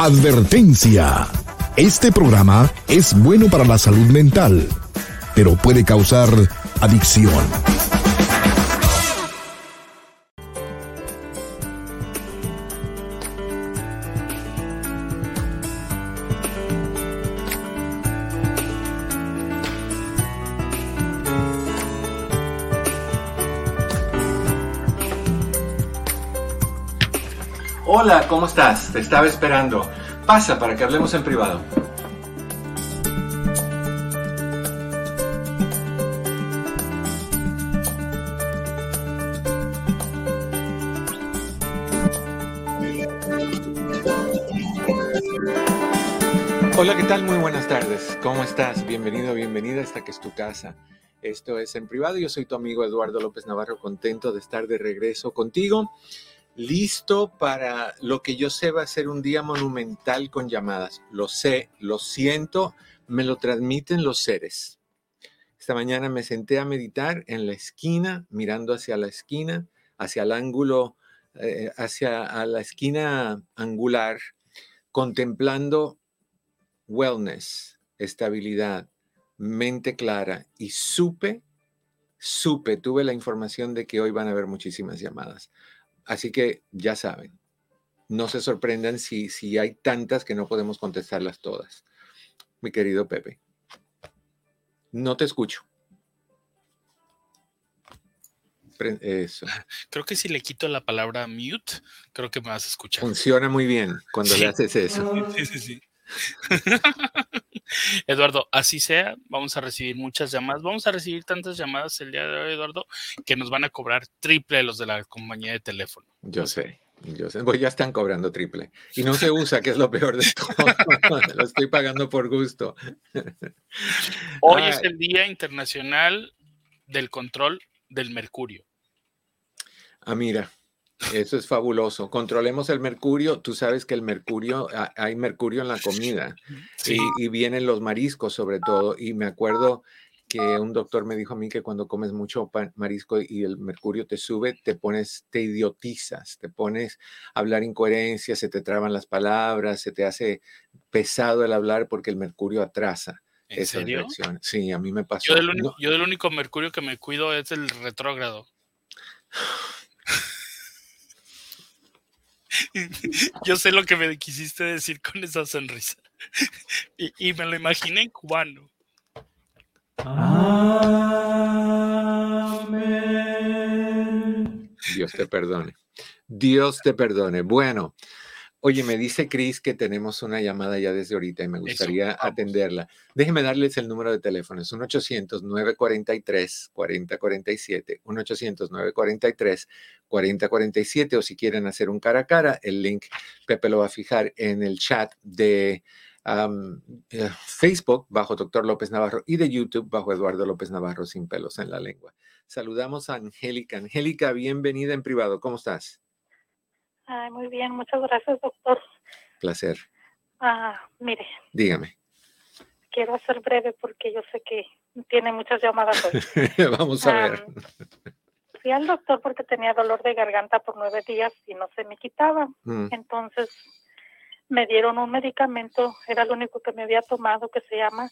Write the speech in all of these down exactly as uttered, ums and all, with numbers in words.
Advertencia. Este programa es bueno para la salud mental, pero puede causar adicción. Hola, ¿cómo estás? Te estaba esperando. Pasa para que hablemos en privado. Hola, ¿qué tal? Muy buenas tardes. ¿Cómo estás? Bienvenido, bienvenida. Esta que es tu casa. Esto es En Privado. Yo soy tu amigo Eduardo López Navarro, contento de estar de regreso contigo. Listo para lo que yo sé va a ser un día monumental con llamadas. Lo sé, lo siento, me lo transmiten los seres. Esta mañana me senté a meditar en la esquina, mirando hacia la esquina, hacia el ángulo, eh, hacia a la esquina angular, contemplando wellness, estabilidad, mente clara, y supe, supe, tuve la información de que hoy van a haber muchísimas llamadas. Así que ya saben, no se sorprendan si, si hay tantas que no podemos contestarlas todas. Mi querido Pepe, no te escucho. Pre- Eso. Creo que si le quito la palabra mute, creo que me vas a escuchar. Funciona muy bien cuando Sí. le haces eso. Sí, sí, sí. Eduardo, así sea, vamos a recibir muchas llamadas. Vamos a recibir tantas llamadas el día de hoy, Eduardo, que nos van a cobrar triple los de la compañía de teléfono. Yo sé, yo sé. Pues ya están cobrando triple. Y no se usa, que es lo peor de todo. Lo estoy pagando por gusto. Hoy Ay. es el Día Internacional del Control del Mercurio. Ah, mira, eso es fabuloso. Controlemos el mercurio. Tú sabes que el mercurio, ah, hay mercurio en la comida. Sí. Y, y vienen los mariscos sobre todo. Y me acuerdo que un doctor me dijo a mí que cuando comes mucho pa- marisco y el mercurio te sube, te pones, te idiotizas, te pones a hablar incoherencias, se te traban las palabras, se te hace pesado el hablar porque el mercurio atrasa ¿En esas serio? reacciones. Sí, a mí me pasó. Yo del, único, No, yo del único mercurio que me cuido es el retrógrado. Yo sé lo que me quisiste decir con esa sonrisa. Y, y me lo imaginé en cubano. Amén. Dios te perdone. Dios te perdone. Bueno, oye, me dice Cris que tenemos una llamada ya desde ahorita y me gustaría Eso, vamos. atenderla. Déjeme darles el número de teléfono. Es uno ochocientos, nueve cuatro tres, cuatro cero cuatro siete. uno ochocientos, nueve cuatro tres, cuatro cero cuatro siete. O si quieren hacer un cara a cara, el link Pepe lo va a fijar en el chat de um, eh, Facebook bajo Doctor López Navarro y de YouTube bajo Eduardo López Navarro sin pelos en la lengua. Saludamos a Angélica. Angélica, bienvenida en privado. ¿Cómo estás? Ay, muy bien, muchas gracias, doctor. Placer. Ah, mire, Dígame. quiero ser breve porque yo sé que tiene muchas llamadas hoy. Vamos a ver. Um, fui al doctor porque tenía dolor de garganta por nueve días y no se me quitaba. Mm. Entonces me dieron un medicamento, era el único que me había tomado, que se llama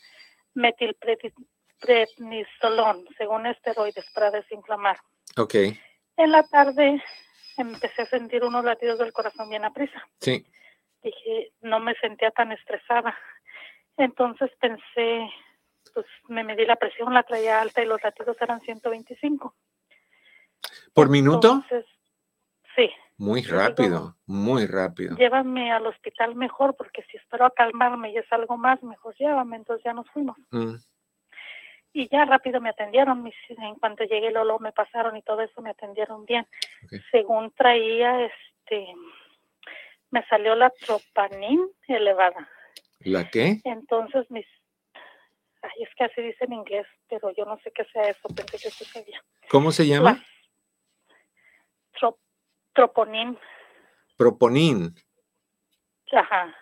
metilprednisolón, según esteroides, para desinflamar. Ok. En la tarde empecé a sentir unos latidos del corazón bien aprisa. Sí. Dije, no me sentía tan estresada. Entonces pensé, pues me medí la presión, la traía alta y los latidos eran ciento veinticinco. ¿Por minuto? Entonces, sí. Muy Yo rápido, digo, muy rápido. llévame al hospital mejor, porque si espero a calmarme y es algo más, mejor llévame. Entonces ya nos fuimos. Mm. Y ya rápido me atendieron. Mis, en cuanto llegué, Lolo, me pasaron y todo eso, me atendieron bien. Okay. Según traía, este, me salió la troponin elevada. ¿La qué? Entonces, mis, ay, es que así dice en inglés, pero yo no sé qué sea eso, pensé que eso sabía. ¿Cómo se llama? La, trop, troponin. Proponin. Ajá.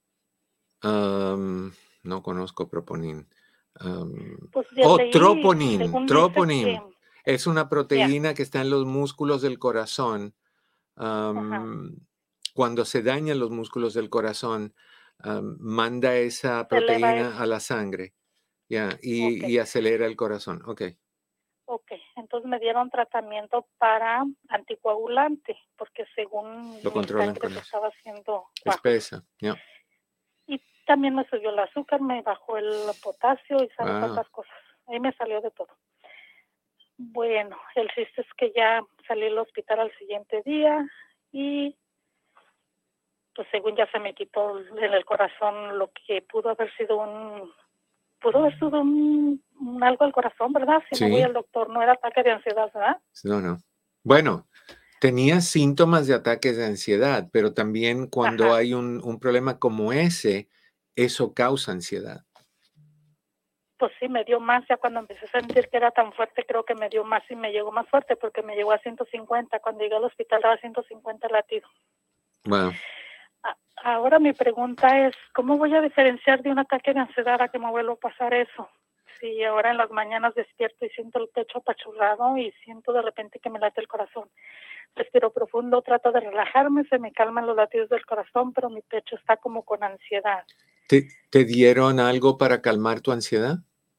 Um, no conozco proponin. Um, Pues oh, leí, troponin. Troponin. Que, es una proteína yeah. que está en los músculos del corazón. Um, cuando se dañan los músculos del corazón, um, manda esa Se eleva proteína eso. a la sangre, ya, y, Ok. y acelera el corazón. Ok. Ok, entonces me dieron tratamiento para anticoagulante, porque según Lo mi controlan sangre con se eso. estaba haciendo coágulos. Espesa, ya. Y también me subió el azúcar, me bajó el potasio y sabe Wow. cuántas cosas. Ahí me salió de todo. Bueno, el chiste es que ya salí del hospital al siguiente día y pues según ya se me quitó en el corazón lo que pudo haber sido un, pudo haber sido un, un algo al corazón, ¿verdad? Si no voy Sí. al doctor, no era ataque de ansiedad, ¿verdad? No, no. Bueno, tenías síntomas de ataques de ansiedad, pero también cuando Ajá. hay un, un problema como ese, eso causa ansiedad. Pues sí, me dio más, ya cuando empecé a sentir que era tan fuerte, creo que me dio más y me llegó más fuerte porque me llegó a ciento cincuenta, cuando llegué al hospital daba ciento cincuenta latidos. Wow. A- Ahora mi pregunta es, ¿cómo voy a diferenciar de un ataque de ansiedad a que me vuelva a pasar eso? Si ahora en las mañanas despierto y siento el pecho apachurrado y siento de repente que me late el corazón. Respiro profundo, trato de relajarme, se me calman los latidos del corazón, pero mi pecho está como con ansiedad. ¿Te, te dieron algo para calmar tu ansiedad?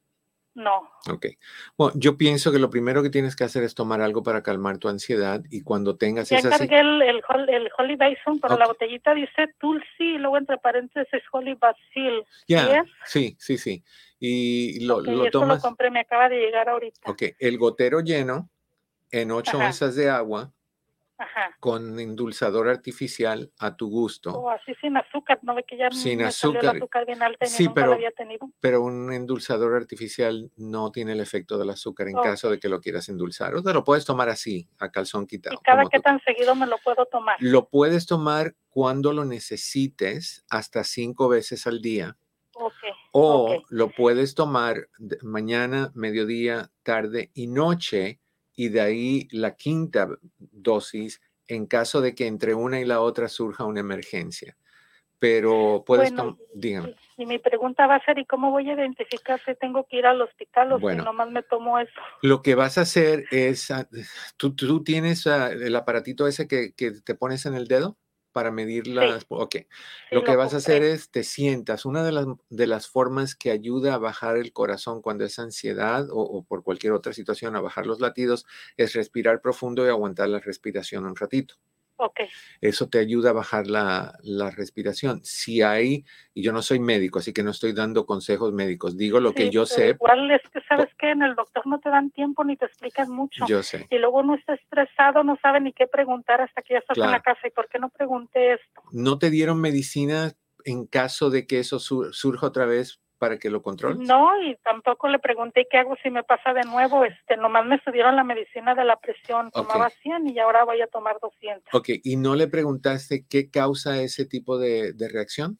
No. Ok. Bueno, yo pienso que lo primero que tienes que hacer es tomar algo para calmar tu ansiedad y cuando tengas Ya esa... encargué el, el, hol- el Holy Basin, pero la Ok. botellita dice Tulsi y luego entre paréntesis Holy Basil. ¿Sí Ya, es? sí, sí, sí. Y lo, Ok, lo eso lo tomas, compré, me acaba de llegar ahorita. ok, el gotero lleno en ocho Ajá, onzas de agua ajá. con endulzador artificial a tu gusto, O así sin azúcar, ¿no ve que ya sin me salió el azúcar. azúcar bien alta y ni Sí, nunca la pero, había tenido? pero un endulzador artificial no tiene el efecto del azúcar en Ok. caso de que lo quieras endulzar. O te lo puedes tomar así, a calzón ¿Y quitado, cada como qué tú tan quieras. seguido me lo puedo tomar? Lo puedes tomar cuando lo necesites, hasta cinco veces al día. Ok, ok. O lo puedes tomar de- mañana, mediodía, tarde y noche, y de ahí la quinta dosis en caso de que entre una y la otra surja una emergencia. Pero puedes Bueno, tomar, dígame. y, y mi pregunta va a ser, ¿y cómo voy a identificar si tengo que ir al hospital o si Bueno, nomás me tomo eso? lo que vas a hacer es, ah, tú, tú tienes ah, el aparatito ese que, que te pones en el dedo para medir Sí, las... Ok, sí lo que lo vas a hacer compré. es, te sientas. Una de las, de las formas que ayuda a bajar el corazón cuando es ansiedad o, o por cualquier otra situación, a bajar los latidos, es respirar profundo y aguantar la respiración un ratito. Ok. Eso te ayuda a bajar la, la respiración. Si hay, y yo no soy médico, así que no estoy dando consejos médicos, digo lo que Sí, yo pero sé, igual es que sabes po- que en el doctor no te dan tiempo ni te explican mucho. yo sé, Y luego uno está estresado, no sabe ni qué preguntar hasta que ya estás en la claro. casa. ¿Y por qué no pregunté esto? ¿No te dieron medicina en caso de que eso sur- surja otra vez para que lo controles? No, y tampoco le pregunté qué hago si me pasa de nuevo. Este, nomás me subieron la medicina de la presión. Ok, Tomaba cien y ahora voy a tomar doscientos. ok. ¿Y no le preguntaste qué causa ese tipo de, de reacción?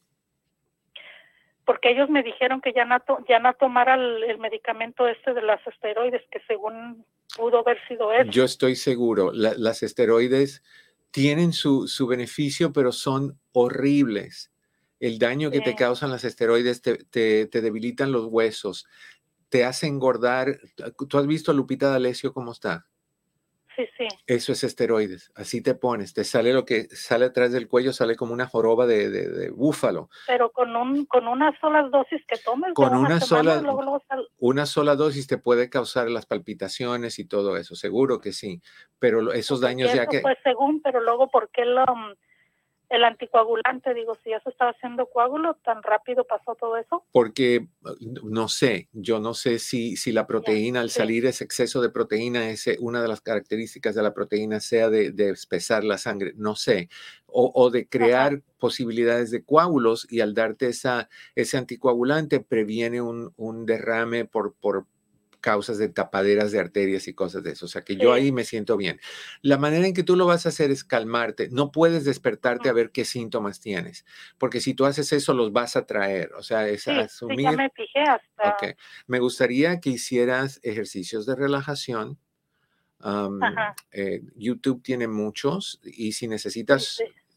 Porque ellos me dijeron que ya no, to- ya no tomara el, el medicamento este de las esteroides, que según pudo haber sido eso. Yo estoy seguro, la- las esteroides tienen su, su beneficio, pero son horribles. El daño que te Sí, causan las esteroides te, te- te debilitan los huesos, te hace engordar. ¿Tú has visto a Lupita D'Alessio cómo está? sí, sí. Eso es esteroides. Así te pones. Te sale lo que sale atrás del cuello, sale como una joroba de, de- de búfalo. Pero con un con unas solas dosis que tomes de Con una una semana, sola, luego, luego sal, una sola dosis te puede causar las palpitaciones y todo eso. Seguro que sí. Pero lo- esos daños porque ya eso que, fue según, pero luego, ¿por qué lo, mm, el anticoagulante? Digo, si ya se estaba haciendo coágulo, tan rápido pasó todo eso. porque no sé, yo no sé si, si la Ya, proteína al sí, salir ese exceso de proteína, ese, una de las características de la proteína sea de, de espesar la sangre, no sé, o, o de ajá, crear posibilidades de coágulos y al darte esa, ese anticoagulante previene un, un derrame por, por causas de tapaderas de arterias y cosas de eso. O sea que yo sí, ahí me siento bien. La manera en que tú lo vas a hacer es calmarte. No puedes despertarte a mm, ver qué síntomas tienes, porque si tú haces eso los vas a traer. O sea, es sí, sí, ya asumir, me fijé ok, hasta, me gustaría que hicieras ejercicios de relajación. Um, ajá, eh, YouTube tiene muchos y si sí, necesitas sí,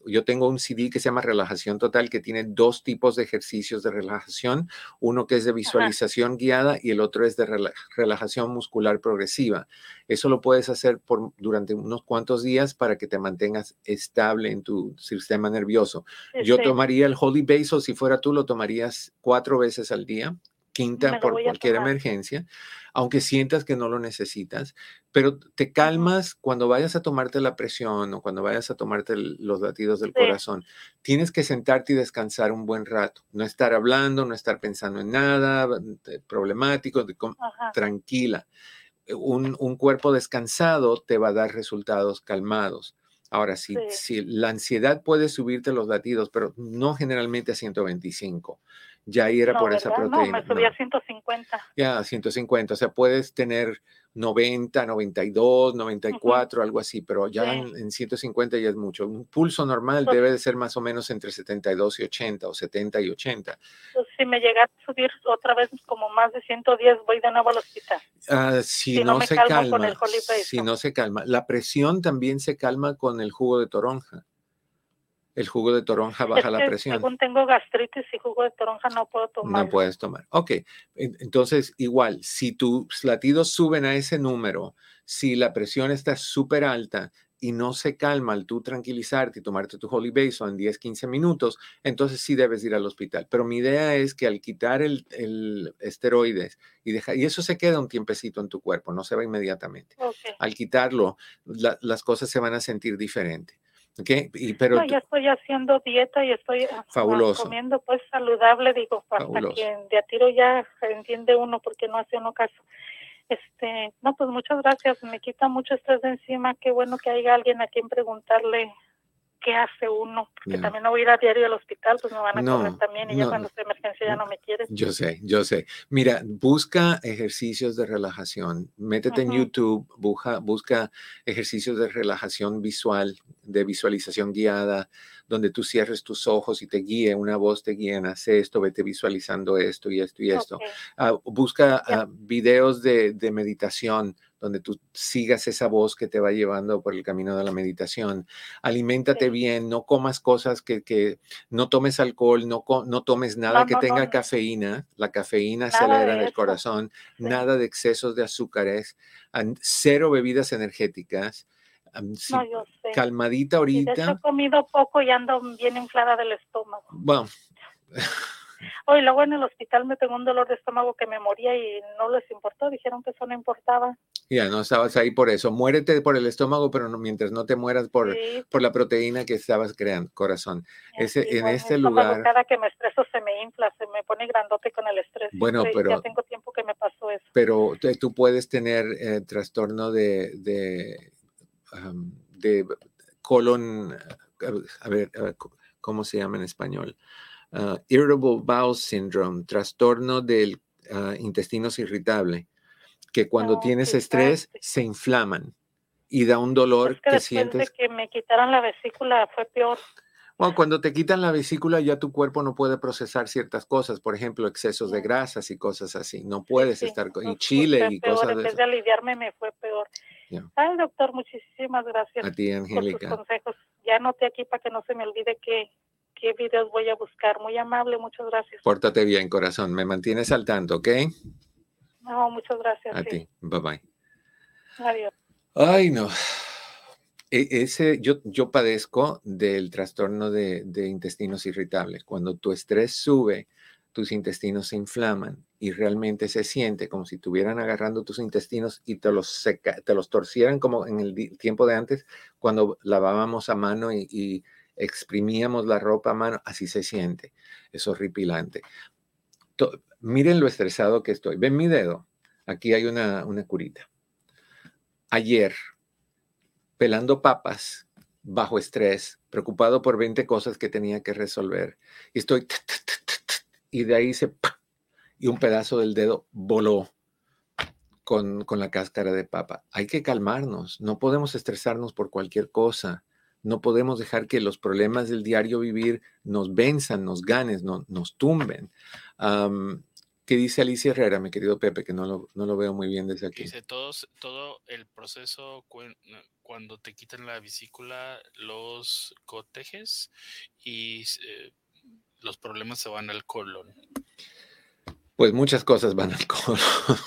yo tengo un C D que se llama Relajación Total, que tiene dos tipos de ejercicios de relajación, uno que es de visualización Ajá. guiada y el otro es de rela relajación muscular progresiva. Eso lo puedes hacer por, durante unos cuantos días para que te mantengas estable en tu sistema nervioso. Sí, yo sí. tomaría el Holy Basil, si fuera tú, lo tomarías cuatro veces al día. Quinta por cualquier emergencia, aunque sientas que no lo necesitas, pero te calmas uh-huh. cuando vayas a tomarte la presión o cuando vayas a tomarte el, los latidos del sí. corazón. Tienes que sentarte y descansar un buen rato, no estar hablando, no estar pensando en nada problemático, de, uh-huh. tranquila. Un, un cuerpo descansado te va a dar resultados calmados. Ahora, si, sí. si la ansiedad puede subirte los latidos, pero no generalmente a ciento veinticinco. Ya ahí era no, por ¿verdad? esa proteína. No, me subí no. a ciento cincuenta. Ya, ciento cincuenta. O sea, puedes tener noventa, noventa y dos, noventa y cuatro, uh-huh. algo así, pero ya sí. en, en ciento cincuenta ya es mucho. Un pulso normal pues, debe de ser más o menos entre setenta y dos y ochenta o setenta y ochenta. Pues, si me llega a subir otra vez como más de ciento diez, voy de nuevo al hospital. Uh, si, si no, no me se calma, con el si no se calma. La presión también se calma con el jugo de toronja. El jugo de toronja baja es que la presión. Según tengo gastritis y jugo de toronja no puedo tomar. No puedes tomar. Ok, entonces igual, si tus latidos suben a ese número, si la presión está súper alta y no se calma al tú tranquilizarte y tomarte tu Holy Basil en diez, quince minutos, entonces sí debes ir al hospital. Pero mi idea es que al quitar el, el esteroides y dejar, y eso se queda un tiempecito en tu cuerpo, no se va inmediatamente. Okay. Al quitarlo, la, las cosas se van a sentir diferentes. Okay, y, pero no, ya estoy haciendo dieta y estoy fabuloso. comiendo pues saludable, digo, hasta fabuloso. Que de a tiro ya entiende uno porque no hace uno caso. Este, no, pues muchas gracias, me quita mucho estrés de encima, qué bueno que haya alguien a quien preguntarle qué hace uno, porque yeah. también no voy a ir a diario al hospital, pues me van a no, correr también y no, ya cuando sea emergencia ya no me quieren. Yo sé, yo sé. Mira, busca ejercicios de relajación, métete uh-huh. en YouTube, busca, busca ejercicios de relajación visual, de visualización guiada, donde tú cierres tus ojos y te guíe, una voz te guía en hacer esto, vete visualizando esto y esto y esto. Okay. Uh, busca yeah. uh, videos de, de meditación, donde tú sigas esa voz que te va llevando por el camino de la meditación. Aliméntate sí. bien, no comas cosas que, que no tomes alcohol, no, no tomes nada no, que no, tenga no, cafeína. La cafeína acelera el corazón, sí. nada de excesos de azúcares, cero bebidas energéticas. Um, si, no, yo sé. Calmadita ahorita. Y de hecho he comido poco y ando bien inflada del estómago. Bueno. Hoy luego en el hospital me pegó un dolor de estómago que me moría y no les importó, dijeron que eso no importaba. Ya, yeah, no estabas ahí por eso. Muérete por el estómago, pero no, mientras no te mueras por, sí. por la proteína que estabas creando, corazón. Ese, sí, en bueno, este lugar... Cada que me estreso se me infla, se me pone grandote con el estrés. Bueno, Siempre, pero... Ya tengo tiempo que me pasó eso. Pero tú puedes tener eh, trastorno de, de, um, de colon... A ver, a ver, ¿cómo se llama en español? Uh, irritable bowel syndrome, trastorno del uh, intestino irritable, que cuando no, tienes sí, estrés sí. se inflaman y da un dolor es que, que después sientes. De que me quitaran la vesícula fue peor. Bueno, cuando te quitan la vesícula ya tu cuerpo no puede procesar ciertas cosas, por ejemplo, excesos de grasas y cosas así. No puedes sí, sí. estar con y chile y peor. cosas en de vez eso. de aliviarme me fue peor. Yeah. Ay, doctor, muchísimas gracias a ti, Angélica. por sus consejos. Ya anoté aquí para que no se me olvide que qué videos voy a buscar. Muy amable, muchas gracias. Pórtate bien, corazón. Me mantienes al tanto, ¿ok? No, muchas gracias. A sí. ti. Bye bye. Adiós. Ay, no. E ese, yo, yo padezco del trastorno de, de intestinos irritables. Cuando tu estrés sube, tus intestinos se inflaman y realmente se siente como si estuvieran agarrando tus intestinos y te los, seca, te los torcieran como en el tiempo de antes, cuando lavábamos a mano y, y exprimíamos la ropa a mano, así se siente. Es horripilante. To, miren lo estresado que estoy. ¿Ven mi dedo? Aquí hay una, una curita. Ayer, pelando papas, bajo estrés, preocupado por veinte cosas que tenía que resolver. Y estoy... Y de ahí se... Y un pedazo del dedo voló con, con la cáscara de papa. Hay que calmarnos. No podemos estresarnos por cualquier cosa. No podemos dejar que los problemas del diario vivir nos venzan, nos ganen, no, nos tumben. Um, ¿Qué dice Alicia Herrera, mi querido Pepe? Que no lo, no lo veo muy bien desde aquí. Dice, todos, todo el proceso cu cuando te quitan la vesícula los cotejes y eh, los problemas se van al colon. Pues muchas cosas van al colon.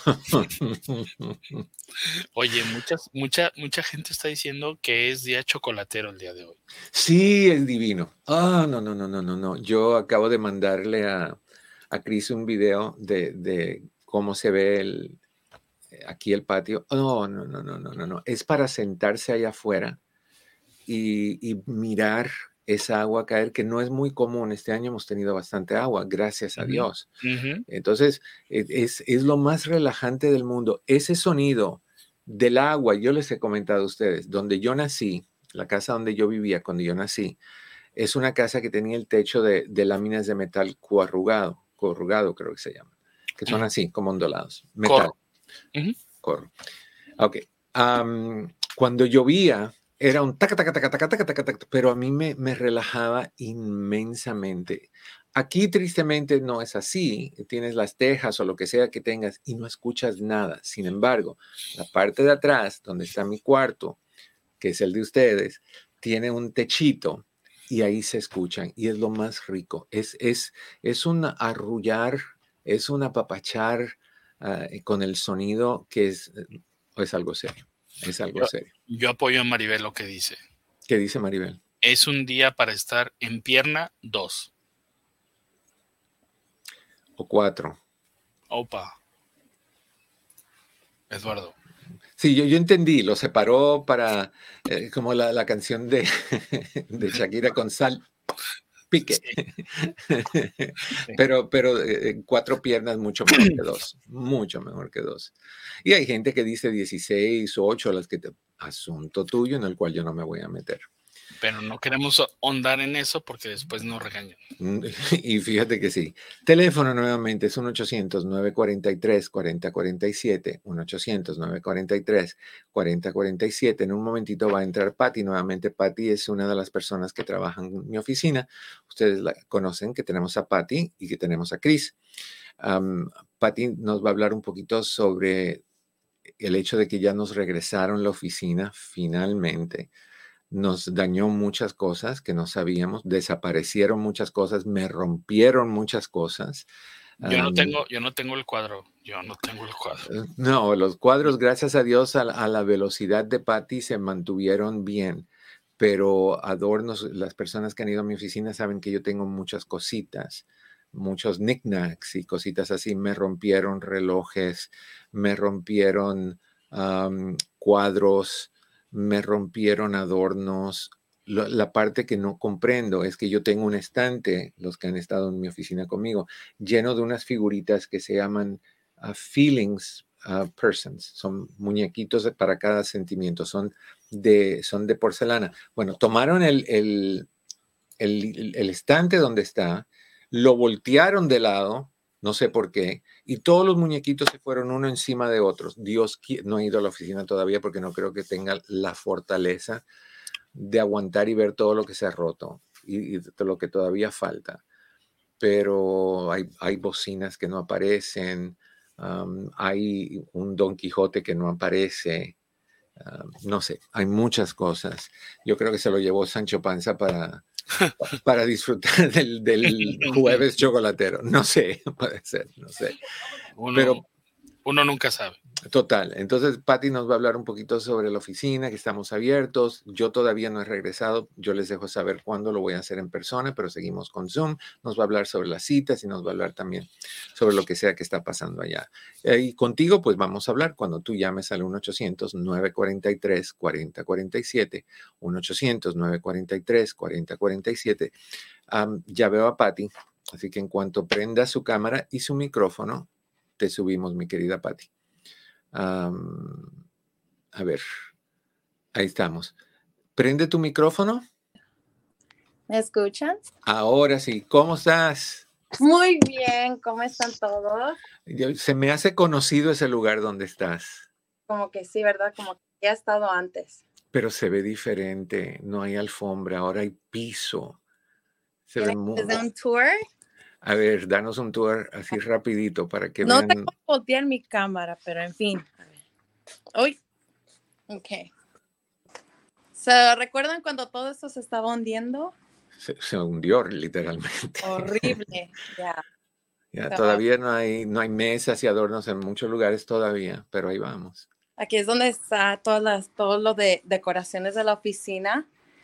Oye, muchas, mucha, mucha gente está diciendo que es día chocolatero el día de hoy. Sí, es divino. Ah, no, no, no, no, no, no. Yo acabo de mandarle a, a Chris un video de, de cómo se ve el, aquí el patio. No, no, no, no, no, no, no. Es para sentarse allá afuera y, y mirar esa agua caer, que no es muy común. Este año hemos tenido bastante agua, gracias a Uh-huh. Dios. Uh-huh. Entonces, es, es lo más relajante del mundo. Ese sonido del agua, yo les he comentado a ustedes, donde yo nací, la casa donde yo vivía cuando yo nací, es una casa que tenía el techo de, de láminas de metal corrugado, corrugado creo que se llama, que son Uh-huh. así, como ondulados. Metal. Corro. Uh-huh. Corro. Ok. Um, cuando llovía, era un taca, taca, taca, taca, taca, taca, taca, pero a mí me, me relajaba inmensamente. Aquí, tristemente, no es así. Tienes las tejas o lo que sea que tengas y no escuchas nada. Sin embargo, la parte de atrás, donde está mi cuarto, que es el de ustedes, tiene un techito y ahí se escuchan y es lo más rico. Es, es, es un arrullar, es un apapachar uh, con el sonido que es, es algo serio. Es algo yo, serio. Yo apoyo a Maribel lo que dice. ¿Qué dice Maribel? Es un día para estar en pierna dos. O cuatro. Opa. Eduardo. Sí, yo, yo entendí, lo separó para, eh, como la, la canción de, de Shakira con sal, pique. Sí. Pero, pero eh, cuatro piernas mucho mejor que dos, mucho mejor que dos. Y hay gente que dice dieciséis, ocho, las que te... Asunto tuyo en el cual yo no me voy a meter. Pero no queremos ahondar en eso porque después nos regañan. Y fíjate que sí. Teléfono nuevamente es uno ochocientos, nueve cuatro tres, cuatro cero cuatro siete, uno ochocientos, nueve cuatro tres, cuatro cero cuatro siete. En un momentito va a entrar Patty. Nuevamente Patty es una de las personas que trabajan en mi oficina. Ustedes la conocen, que tenemos a Patty y que tenemos a Chris. Um, Patty nos va a hablar un poquito sobre el hecho de que ya nos regresaron la oficina finalmente. Nos dañó muchas cosas que no sabíamos, desaparecieron muchas cosas, me rompieron muchas cosas. Yo no um, tengo, yo no tengo el cuadro, yo no tengo el cuadro. No, los cuadros, gracias a Dios, a, a la velocidad de Patty se mantuvieron bien, pero adornos, las personas que han ido a mi oficina saben que yo tengo muchas cositas, muchos knickknacks y cositas así. Me rompieron relojes, me rompieron um, cuadros, me rompieron adornos. Lo, la parte que no comprendo es que yo tengo un estante, los que han estado en mi oficina conmigo, lleno de unas figuritas que se llaman uh, feelings uh, persons. Son muñequitos para cada sentimiento, son de, son de porcelana. Bueno, tomaron el, el, el, el estante donde está, lo voltearon de lado, no sé por qué, y todos los muñequitos se fueron uno encima de otros. Dios, no he ido a la oficina todavía porque no creo que tenga la fortaleza de aguantar y ver todo lo que se ha roto y, y lo que todavía falta. Pero hay, hay bocinas que no aparecen, um, hay un Don Quijote que no aparece, uh, no sé, hay muchas cosas. Yo creo que se lo llevó Sancho Panza para... para disfrutar del, del jueves chocolatero. No sé, puede ser, no sé. Uno, Pero uno nunca sabe. Total. Entonces, Patty nos va a hablar un poquito sobre la oficina, que estamos abiertos. Yo todavía no he regresado. Yo les dejo saber cuándo lo voy a hacer en persona, pero seguimos con Zoom. Nos va a hablar sobre las citas y nos va a hablar también sobre lo que sea que está pasando allá. Eh, y contigo, pues vamos a hablar cuando tú llames al uno ochocientos, nueve cuatro tres, cuatro cero cuatro siete, uno ochocientos, nueve cuatro tres, cuatro cero cuatro siete. Um, ya veo a Patty, así que en cuanto prenda su cámara y su micrófono, te subimos, mi querida Patty. Um, a ver, ahí estamos. ¿Prende tu micrófono? ¿Me escuchan? Ahora sí. ¿Cómo estás? Muy bien. ¿Cómo están todos? Yo, se me hace conocido ese lugar donde estás. Como que sí, ¿verdad? Como que ya he estado antes. Pero se ve diferente. No hay alfombra, ahora hay piso. Se ve muy... ¿Desde un tour? A ver, danos un tour así rapidito para que no vean. No tengo que voltear mi cámara, pero en fin. A ver. Uy. Ok. ¿Se recuerdan cuando todo esto se estaba hundiendo? Se, se hundió literalmente. Horrible, ya. Ya, So, todavía no hay, no hay mesas y adornos en muchos lugares todavía, pero ahí vamos. aquí es donde está todas las, todo lo de decoraciones de la oficina,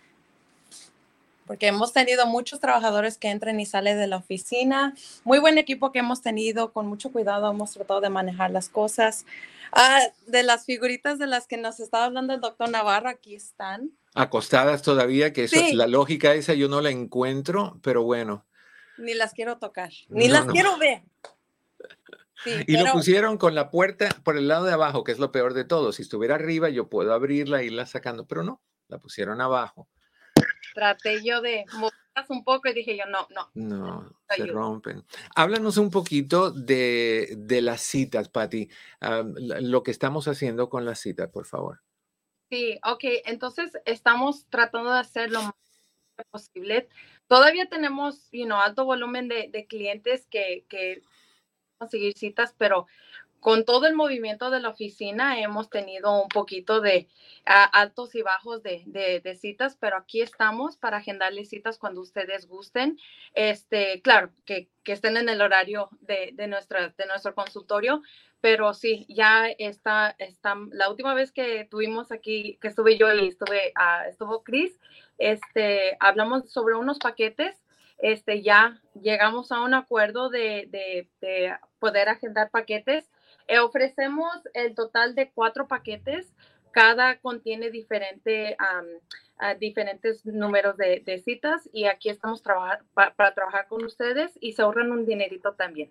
porque hemos tenido muchos trabajadores que entran y salen de la oficina. Muy buen equipo que hemos tenido, con mucho cuidado hemos tratado de manejar las cosas. Ah, de las figuritas de las que nos estaba hablando el doctor Navarro, aquí están. Acostadas todavía, que eso, Sí. la lógica esa yo no la encuentro, pero bueno. Ni las quiero tocar, ni No, las no. quiero ver. Sí, Y pero lo pusieron con la puerta por el lado de abajo, que es lo peor de todo. Si estuviera arriba, yo puedo abrirla e irla sacando, pero no, la pusieron abajo. traté yo de moverlas un poco y dije yo, no, no. No, se ayuda. rompen. Háblanos un poquito de, de las citas, Patti. Um, lo que estamos haciendo con las citas, por favor. Sí, ok, entonces estamos tratando de hacer lo más posible. Todavía tenemos, you know, alto volumen de, de clientes que, que conseguir citas, pero con todo el movimiento de la oficina hemos tenido un poquito de uh, altos y bajos de, de, de citas, pero aquí estamos para agendarles citas cuando ustedes gusten. Este, claro, que, que estén en el horario de, de, nuestra, de nuestro consultorio, pero sí, ya está, está, la última vez que tuvimos aquí, que estuve yo y estuve, uh, estuvo Chris, este, hablamos sobre unos paquetes. Este, ya llegamos a un acuerdo de, de, de poder agendar paquetes. Eh, ofrecemos el total de cuatro paquetes. Cada contiene diferente, um, uh, diferentes números de, de citas y aquí estamos trabajar, pa, para trabajar con ustedes y se ahorran un dinerito también.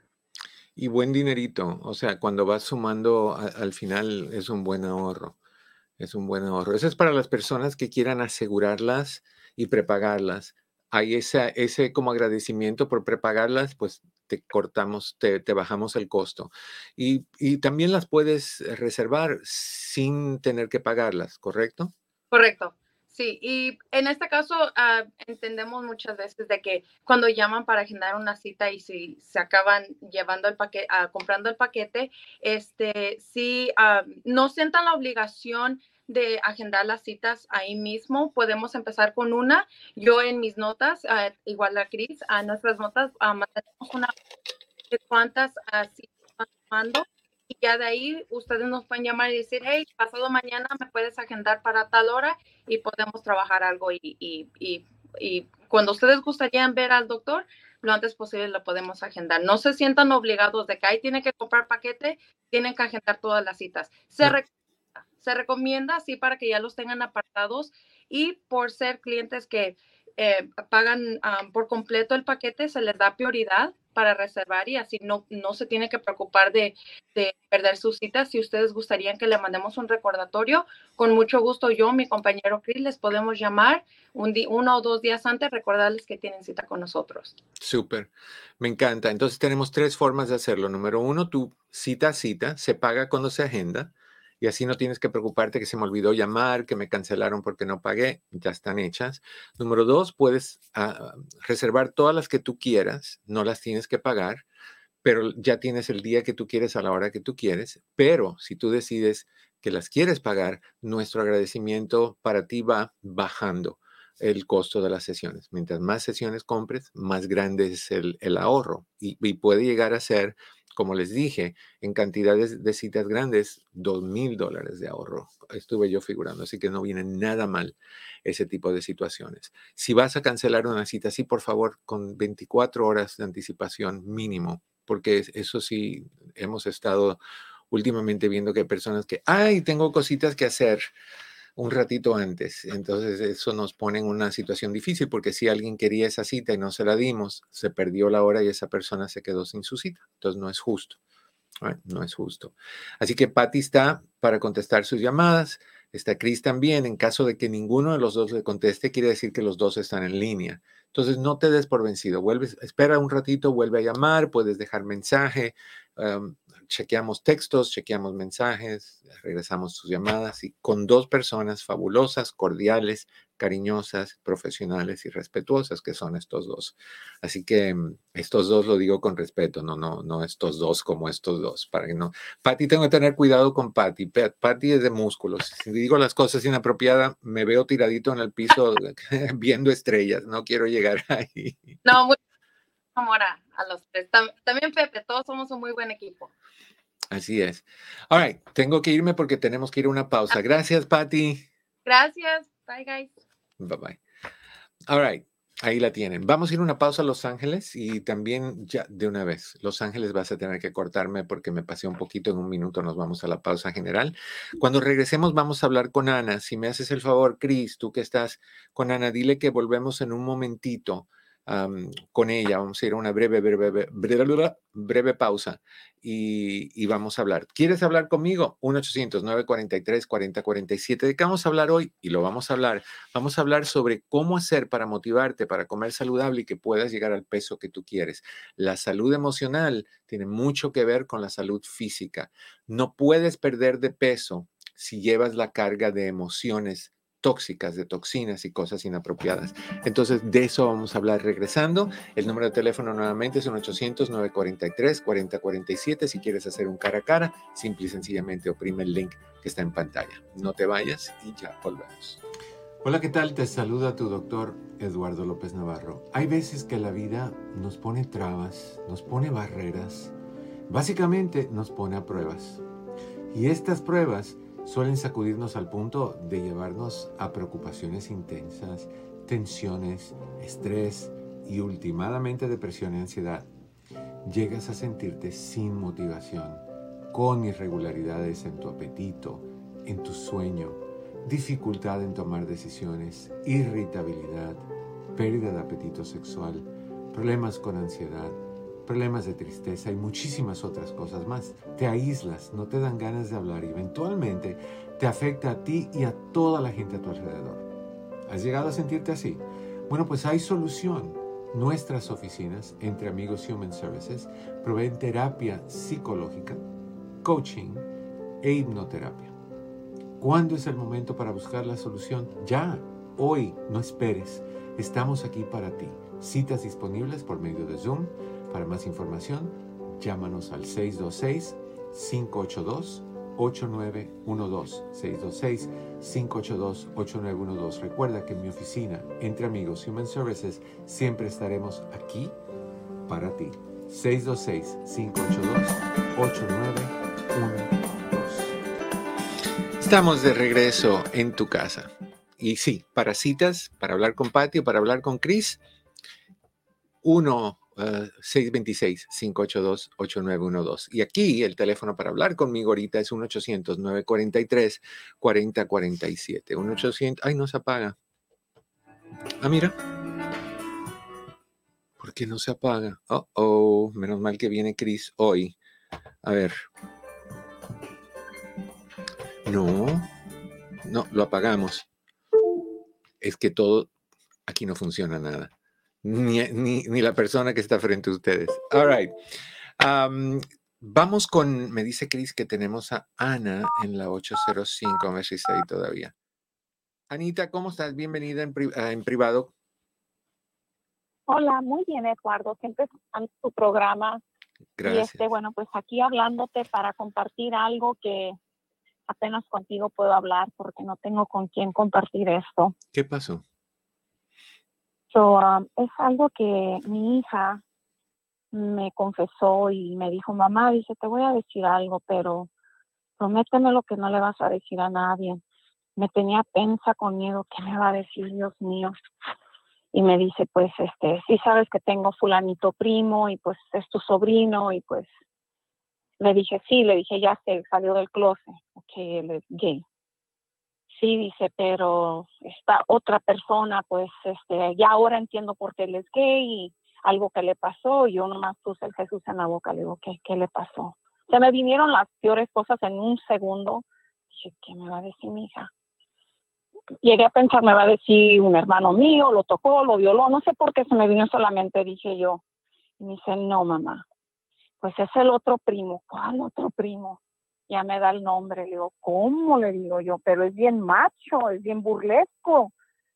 Y buen dinerito, o sea, cuando vas sumando a, al final es un buen ahorro. Es un buen ahorro. Eso es para las personas que quieran asegurarlas y prepagarlas. Hay esa, ese como agradecimiento por prepagarlas, pues te cortamos, te, te bajamos el costo. Y, y también las puedes reservar sin tener que pagarlas, ¿correcto? Correcto. Sí, y en este caso uh, entendemos muchas veces de que cuando llaman para agendar una cita y si se acaban llevando el paquete, uh, comprando el paquete, este, sí, uh, no sientan la obligación de agendar las citas ahí mismo. Podemos empezar con una. Yo en mis notas, uh, igual a Cris, a nuestras notas, uh, mantenemos una de cuántas uh, citas están tomando. Y ya de ahí ustedes nos pueden llamar y decir, hey, pasado mañana me puedes agendar para tal hora y podemos trabajar algo. Y, y, y, y cuando ustedes gustarían ver al doctor, lo antes posible lo podemos agendar. No se sientan obligados de que ahí tienen que comprar paquete, tienen que agendar todas las citas. Se, No. recomienda, se recomienda así para que ya los tengan apartados y por ser clientes que eh, pagan um, por completo el paquete, se les da prioridad para reservar y así no, no se tiene que preocupar de, de perder sus citas. Si ustedes gustarían que le mandemos un recordatorio, con mucho gusto yo, mi compañero Chris, les podemos llamar un día, uno o dos días antes, recordarles que tienen cita con nosotros. Súper, me encanta. Entonces tenemos tres formas de hacerlo. Número uno, tu cita a cita, se paga cuando se agenda y así no tienes que preocuparte que se me olvidó llamar, que me cancelaron porque no pagué, ya están hechas. Número dos, puedes uh, reservar todas las que tú quieras, no las tienes que pagar, pero ya tienes el día que tú quieres a la hora que tú quieres. Pero si tú decides que las quieres pagar, nuestro agradecimiento para ti va bajando el costo de las sesiones. Mientras más sesiones compres, más grande es el, el ahorro y, y puede llegar a ser, como les dije, en cantidades de citas grandes, dos mil dólares de ahorro. Estuve yo figurando, así que no viene nada mal ese tipo de situaciones. Si vas a cancelar una cita, sí, por favor, con veinticuatro horas de anticipación mínimo, porque eso sí, hemos estado últimamente viendo que hay personas que, ay, tengo cositas que hacer un ratito antes. Entonces eso nos pone en una situación difícil porque si alguien quería esa cita y no se la dimos, se perdió la hora y esa persona se quedó sin su cita. Entonces no es justo. ¿Right? No es justo. Así que Patti está para contestar sus llamadas. Está Chris también. En caso de que ninguno de los dos le conteste, quiere decir que los dos están en línea. Entonces no te des por vencido. Vuelves, espera un ratito, vuelve a llamar, puedes dejar mensaje. Um, chequeamos textos, chequeamos mensajes, regresamos tus llamadas y con dos personas fabulosas, cordiales, cariñosas, profesionales y respetuosas, que son estos dos. Así que estos dos lo digo con respeto, no, no, no estos dos como estos dos, para que no. Patty, tengo que tener cuidado con Patty. Patty es de músculos. Si digo las cosas inapropiadas, me veo tiradito en el piso viendo estrellas. No quiero llegar ahí. No, muy amor a, a los tres. Tam, también Pepe, todos somos un muy buen equipo. Así es. All right, tengo que irme porque tenemos que ir a una pausa. Gracias, Patty. Gracias. Bye, guys. Bye, bye. All right, ahí la tienen. Vamos a ir a una pausa a Los Ángeles y también ya de una vez. Los Ángeles vas a tener que cortarme porque me pasé un poquito. En un minuto nos vamos a la pausa general. Cuando regresemos vamos a hablar con Ana. Si me haces el favor, Chris, tú que estás con Ana, dile que volvemos en un momentito. Um, con ella, vamos a ir a una breve, breve, breve, breve pausa y, y vamos a hablar. ¿Quieres hablar conmigo? uno ochocientos, nueve cuatro tres, cuatro cero cuatro siete. ¿De qué vamos a hablar hoy? Y lo vamos a hablar. Vamos a hablar sobre cómo hacer para motivarte, para comer saludable y que puedas llegar al peso que tú quieres. La salud emocional tiene mucho que ver con la salud física. No puedes perder de peso si llevas la carga de emociones tóxicas, de toxinas y cosas inapropiadas. Entonces, de eso vamos a hablar regresando. El número de teléfono nuevamente es uno ochocientos, nueve cuatro tres, cuatro cero cuatro siete. Si quieres hacer un cara a cara, simple y sencillamente oprime el link que está en pantalla. No te vayas y ya volvemos. Hola, ¿qué tal? Te saluda tu doctor Eduardo López Navarro. Hay veces que la vida nos pone trabas, nos pone barreras, básicamente nos pone a pruebas. Y estas pruebas suelen sacudirnos al punto de llevarnos a preocupaciones intensas, tensiones, estrés y últimamente depresión y ansiedad. Llegas a sentirte sin motivación, con irregularidades en tu apetito, en tu sueño, dificultad en tomar decisiones, irritabilidad, pérdida de apetito sexual, problemas con ansiedad, problemas de tristeza y muchísimas otras cosas más. Te aíslas, no te dan ganas de hablar y eventualmente te afecta a ti y a toda la gente a tu alrededor. ¿Has llegado a sentirte así? Bueno, pues hay solución. Nuestras oficinas, Entre Amigos Human Services, proveen terapia psicológica, coaching e hipnoterapia. ¿Cuándo es el momento para buscar la solución? Ya, hoy, no esperes. Estamos aquí para ti. Citas disponibles por medio de Zoom. Para más información, llámanos al seis dos seis, cinco ocho dos, ocho nueve uno dos. seis dos seis, cinco ocho dos, ocho nueve uno dos. Recuerda que en mi oficina, Entre Amigos Human Services, siempre estaremos aquí para ti. seis dos seis, cinco ocho dos, ocho nueve uno dos. Estamos de regreso en tu casa. Y sí, para citas, para hablar con Patty o para hablar con Chris, uno Uh, seis dos seis, cinco ocho dos, ocho nueve uno dos. Y aquí el teléfono para hablar conmigo ahorita es uno ochocientos, nueve cuatro tres, cuatro cero cuatro siete. uno ochocientos, ay, no se apaga. Ah, mira. ¿Por qué no se apaga? Oh, oh, menos mal que viene Chris hoy. A ver. No, no, lo apagamos. Es que todo, aquí no funciona nada. Ni, ni, ni la persona que está frente a ustedes. All right. Um, vamos con, me dice Chris que tenemos a Ana en la ocho cero cinco, a ver si está ahí todavía. Anita, ¿cómo estás? Bienvenida en, pri uh, en privado. Hola, muy bien, Eduardo. Siempre escuchando tu programa. Gracias. Y este, bueno, pues aquí hablándote para compartir algo que apenas contigo puedo hablar porque no tengo con quién compartir esto. ¿Qué pasó? So, um, es algo que mi hija me confesó y me dijo, mamá, dice, te voy a decir algo, pero prométeme lo que no le vas a decir a nadie. Me tenía tensa con miedo, ¿qué me va a decir, Dios mío? Y me dice, pues, este, sí sabes que tengo fulanito primo y pues es tu sobrino y pues le dije, sí, le dije, ya se salió del closet, que él es gay. Sí, dice, pero esta otra persona, pues, este, ya ahora entiendo por qué él es gay y algo que le pasó. Y yo nomás puse el Jesús en la boca, le digo, ¿qué, qué le pasó? Se me vinieron las peores cosas en un segundo. Dije, ¿qué me va a decir mi hija? Llegué a pensar, me va a decir un hermano mío, lo tocó, lo violó, no sé por qué se me vino solamente, dije yo. Y me dice, no, mamá, pues es el otro primo. ¿Cuál otro primo? Ya me da el nombre, le digo, ¿cómo? Le digo yo, pero es bien macho, es bien burlesco.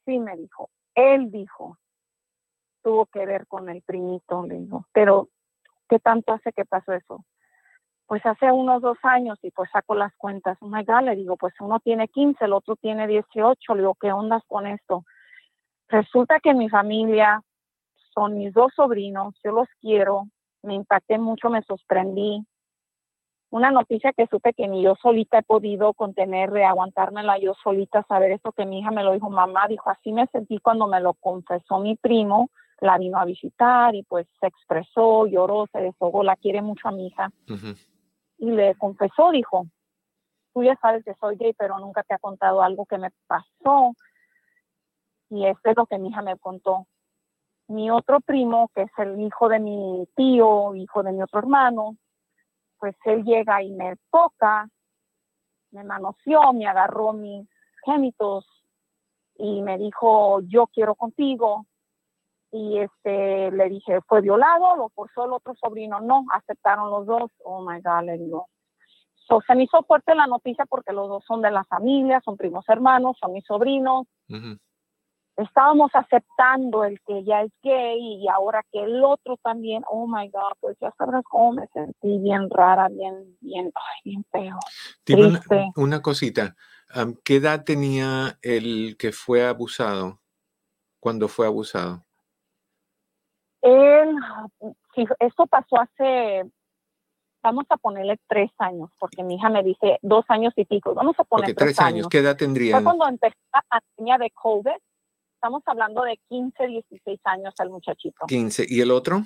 sí, me dijo. Él dijo, tuvo que ver con el primito, le digo. Pero, ¿qué tanto hace que pasó eso? Pues hace unos dos años, y pues saco las cuentas. Oh my God, le digo, pues uno tiene quince, el otro tiene dieciocho. Le digo, ¿qué ondas con esto? Resulta que mi familia son mis dos sobrinos, yo los quiero, me impacté mucho, me sorprendí. Una noticia que supe que ni yo solita he podido contener, de aguantármela yo solita, saber esto que mi hija me lo dijo, mamá, dijo, así me sentí cuando me lo confesó mi primo, la vino a visitar y pues se expresó, lloró, se desahogó, la quiere mucho a mi hija. Ujú. Y le confesó, dijo, tú ya sabes que soy gay, pero nunca te ha contado algo que me pasó. Y eso es lo que mi hija me contó. Mi otro primo, que es el hijo de mi tío, hijo de mi otro hermano, pues él llega y me toca, me manoseó, me agarró mis génitos y me dijo, yo quiero contigo. Y este le dije, ¿fue violado? ¿Lo forzó el otro sobrino? No, aceptaron los dos. Oh my God, le digo. So, se me hizo fuerte la noticia porque los dos son de la familia, son primos hermanos, son mis sobrinos. Ujú. Estábamos aceptando el que ya es gay y ahora que el otro también, oh my God, pues ya sabrás cómo me sentí, bien rara, bien, bien, ay, bien feo, Dime una, triste. una cosita. am, ¿Qué edad tenía el que fue abusado cuando fue abusado? Él, sí, esto pasó hace, vamos a ponerle tres años, porque mi hija me dice dos años y pico, vamos a poner Ok, tres tres años. años. ¿Qué edad Fue tendrían? cuando empezó la pandemia de COVID, estamos hablando de quince, dieciséis años el muchachito. quince. ¿Y el otro?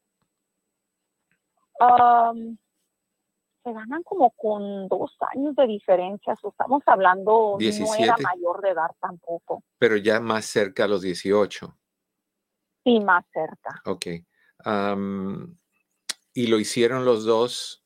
Um, se ganan como con dos años de diferencia, so, estamos hablando, no era diecisiete. mayor de edad tampoco, Pero ya más cerca a los dieciocho. sí, más cerca. Ok. Am, ¿y lo hicieron los dos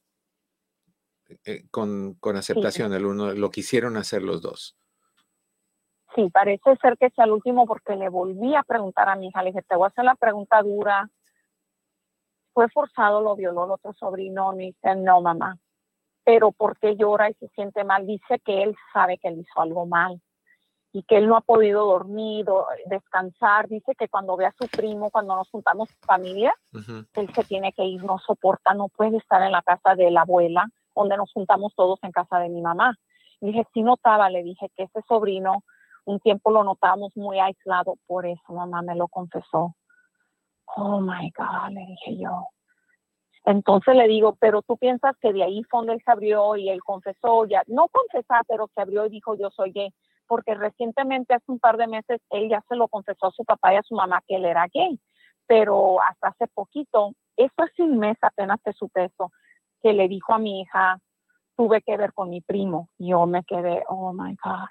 eh, con, con Sí, aceptación? El uno lo quisieron hacer los dos. sí, parece ser que sea el último porque le volví a preguntar a mi hija, le dije, te voy a hacer la pregunta dura, ¿fue forzado, lo violó el otro sobrino? Me dice, no, mamá, pero ¿por qué llora y se siente mal? Dice que él sabe que él hizo algo mal y que él no ha podido dormir o descansar. Dice que cuando ve a su primo, cuando nos juntamos familia, Ujú. él se tiene que ir, no soporta, no puede estar en la casa de la abuela, donde nos juntamos todos en casa de mi mamá. Y dije, sí notaba, le dije que ese sobrino, un tiempo lo notábamos muy aislado, por eso mamá me lo confesó. Oh my God, le dije yo. Entonces le digo, pero tú piensas que de ahí fue donde él se abrió y él confesó, ya, no confesar, pero se abrió y dijo yo soy gay, porque recientemente hace un par de meses él ya se lo confesó a su papá y a su mamá que él era gay, pero hasta hace poquito, eso hace un mes apenas te supe eso, que le dijo a mi hija, tuve que ver con mi primo, yo me quedé, oh my God.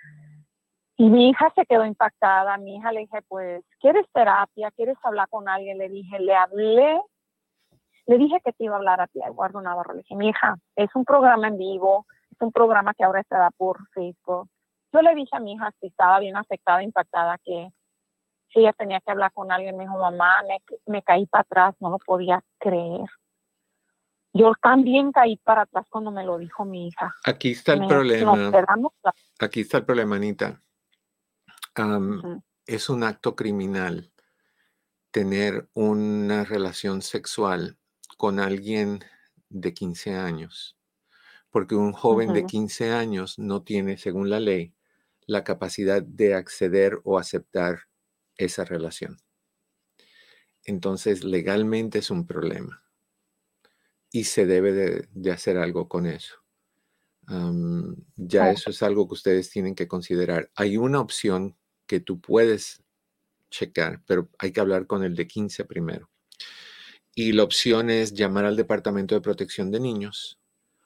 Y mi hija se quedó impactada, mi hija le dije, pues, ¿quieres terapia? ¿Quieres hablar con alguien? Le dije, le hablé. Le dije que te iba a hablar a ti, a Eduardo Navarro. Le dije, mi hija, es un programa en vivo, es un programa que ahora se da por Facebook. Yo le dije a mi hija si estaba bien afectada, impactada, que si ella tenía que hablar con alguien. Me dijo, mamá, me, me caí para atrás, no lo podía creer. Yo también caí para atrás cuando me lo dijo mi hija. Aquí está el Me, problema. nos quedamos. Aquí está el problema, Anita. Am, Uh-huh. Es un acto criminal tener una relación sexual con alguien de quince años, porque un joven de Uh-huh. quince años no tiene, según la ley, la capacidad de acceder o aceptar esa relación. Entonces, legalmente es un problema y se debe de, de hacer algo con eso. Um, ya Oh. eso es algo que ustedes tienen que considerar. Hay una opción que tú puedes checar, pero hay que hablar con el de quince primero. Y la opción es llamar al Departamento de Protección de Niños,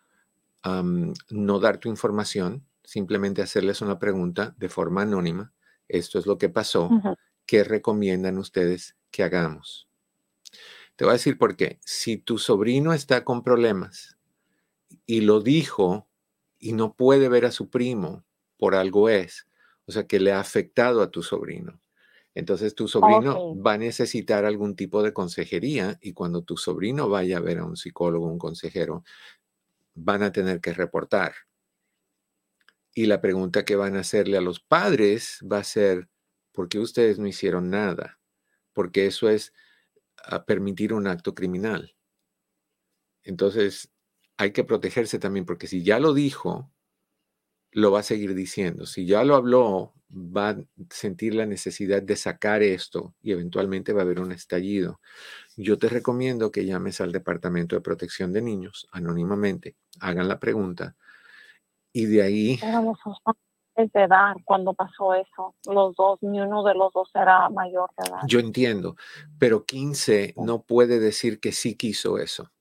um, no dar tu información, simplemente hacerles una pregunta de forma anónima. Esto es lo que pasó. Uh-huh. ¿Qué recomiendan ustedes que hagamos? Te voy a decir por qué. Si tu sobrino está con problemas y lo dijo y no puede ver a su primo, por algo es, o sea, que le ha afectado a tu sobrino. Entonces tu sobrino Okay. va a necesitar algún tipo de consejería y cuando tu sobrino vaya a ver a un psicólogo, un consejero, van a tener que reportar. Y la pregunta que van a hacerle a los padres va a ser, ¿por qué ustedes no hicieron nada? Porque eso es a permitir un acto criminal. Entonces, hay que protegerse también, porque si ya lo dijo, lo va a seguir diciendo. Si ya lo habló, va a sentir la necesidad de sacar esto y eventualmente va a haber un estallido. Yo te recomiendo que llames al Departamento de Protección de Niños anónimamente, hagan la pregunta y de ahí... Pero los dos mayores de edad cuando pasó eso. Los dos, ni uno de los dos era mayor de edad. Yo entiendo, pero quince no puede decir que sí quiso eso.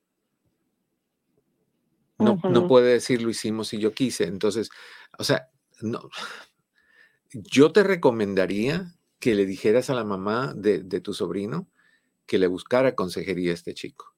No, Ujú. no puede decir lo hicimos y yo quise. Entonces, o sea, no. Yo te recomendaría que le dijeras a la mamá de, de tu sobrino que le buscara consejería a este chico.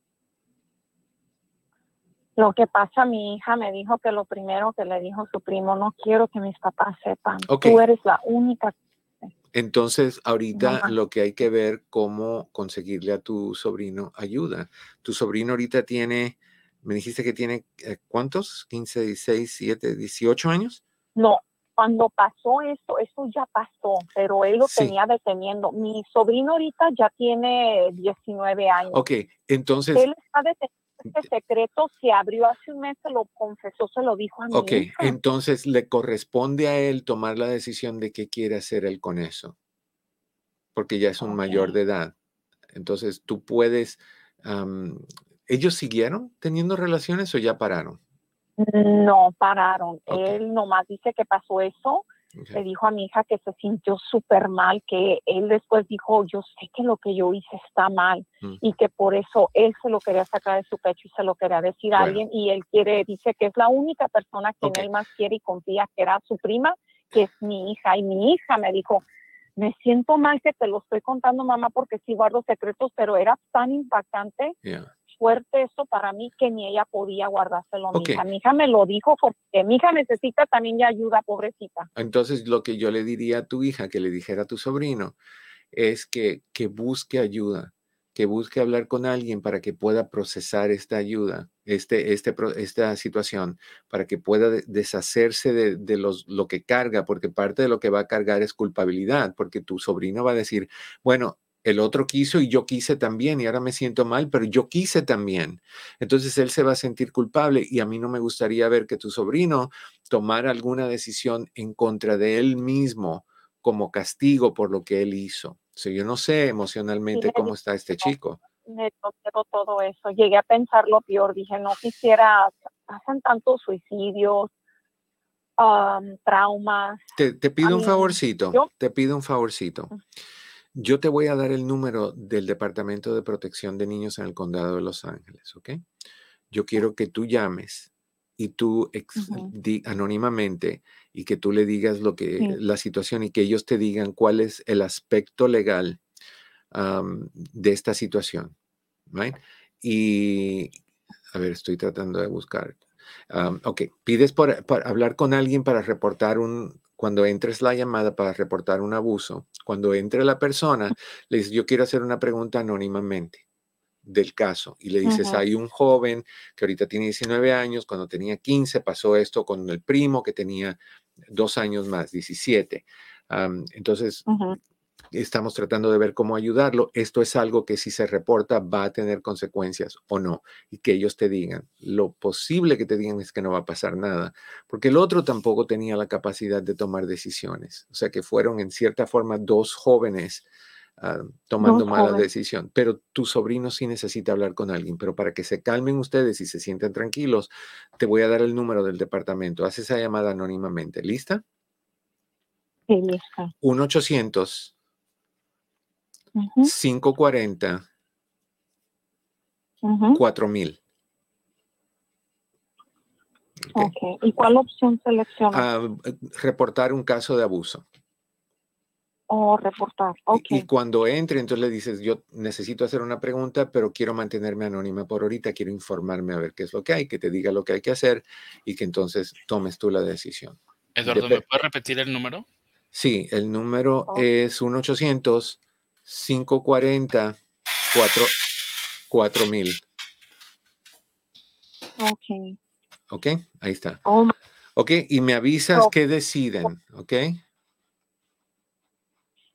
Lo que pasa, mi hija me dijo que lo primero que le dijo su primo, no quiero que mis papás sepan. Ok. Tú eres la única. Entonces, ahorita Mamá. lo que hay que ver cómo conseguirle a tu sobrino ayuda. Tu sobrino ahorita tiene, me dijiste que tiene, eh, ¿cuántos? quince, dieciséis, siete, dieciocho años. No, cuando pasó eso, eso ya pasó, pero él lo Sí. tenía deteniendo. Mi sobrino ahorita ya tiene diecinueve años. Ok, entonces, Él está deteniendo este secreto, se abrió hace un mes, se lo confesó, se lo dijo a mi ok, hija. entonces le corresponde a él tomar la decisión de qué quiere hacer él con eso, porque ya es un Ok. mayor de edad. Entonces, tú puedes, am, ¿ellos siguieron teniendo relaciones o ya pararon? No pararon. Ok. Él nomás dice que pasó eso. Ok. Le dijo a mi hija que se sintió súper mal, que él después dijo, yo sé que lo que yo hice está mal Mm. y que por eso él se lo quería sacar de su pecho y se lo quería decir a Bueno. alguien y él quiere, dice que es la única persona a quien Ok. él más quiere y confía, que era su prima, que es mi hija. Y mi hija me dijo, me siento mal que te lo estoy contando, mamá, porque sí guardo secretos, pero era tan impactante, Yeah. fuerte eso para mí, que ni ella podía guardárselo a mi Ok. hija. Mi hija me lo dijo porque mi hija necesita también ya ayuda, pobrecita. Entonces, lo que yo le diría a tu hija, que le dijera a tu sobrino, es que, que busque ayuda, que busque hablar con alguien para que pueda procesar esta ayuda, este, este, pro- esta situación, para que pueda de- deshacerse de, de los, lo que carga, porque parte de lo que va a cargar es culpabilidad, porque tu sobrino va a decir, bueno, el otro quiso y yo quise también y ahora me siento mal, pero yo quise también. Entonces él se va a sentir culpable y a mí no me gustaría ver que tu sobrino tomara alguna decisión en contra de él mismo como castigo por lo que él hizo. O sea, yo no sé Sí, emocionalmente me cómo dio está este miedo, chico. me dio miedo todo eso. Llegué a pensar lo peor. Dije, no quisiera, pasan tantos suicidios, um, traumas. Te, te I pido un mean, favorcito, yo, te pido un favorcito. Yo te voy a dar el número del Departamento de Protección de Niños en el Condado de Los Ángeles, ¿ok? Yo quiero que tú llames y tú ex- Ujú. di- anónimamente y que tú le digas lo que Sí. la situación y que ellos te digan cuál es el aspecto legal am, de esta situación, ¿right? Y a ver, estoy tratando de buscar. Am, ok, pides por, por hablar con alguien para reportar un, cuando entres la llamada para reportar un abuso. Cuando entre la persona, le dices, yo quiero hacer una pregunta anónimamente del caso y le dices, Ujú. hay un joven que ahorita tiene diecinueve años, cuando tenía quince pasó esto con el primo que tenía dos años más, diecisiete. Am, entonces, Ujú. estamos tratando de ver cómo ayudarlo. Esto es algo que si se reporta va a tener consecuencias o no. Y que ellos te digan, lo posible que te digan es que no va a pasar nada, porque el otro tampoco tenía la capacidad de tomar decisiones. O sea que fueron en cierta forma dos jóvenes uh, tomando Dos mala jóvenes. decisión. Pero tu sobrino sí necesita hablar con alguien. Pero para que se calmen ustedes y se sientan tranquilos, te voy a dar el número del departamento. Haz esa llamada anónimamente. ¿Lista? Sí, lista. uno ochocientos Ujú. cinco cuarenta Ujú. cuatro mil. ¿Ok? Ok. ¿Y cuál opción selecciono? Ah, reportar un caso de abuso. O reportar. Y, Ok. y cuando entre, entonces le dices, yo necesito hacer una pregunta, pero quiero mantenerme anónima por ahorita, quiero informarme a ver qué es lo que hay, que te diga lo que hay que hacer y que entonces tomes tú la decisión. Eduardo, Dep- ¿me puedes repetir el número? sí, el número Oh. es uno ochocientos cinco cuarenta cuatro mil. Ok. ¿Ok? Ahí está. Oh, my- ¿Ok? Y me avisas Oh. qué deciden. ¿Ok?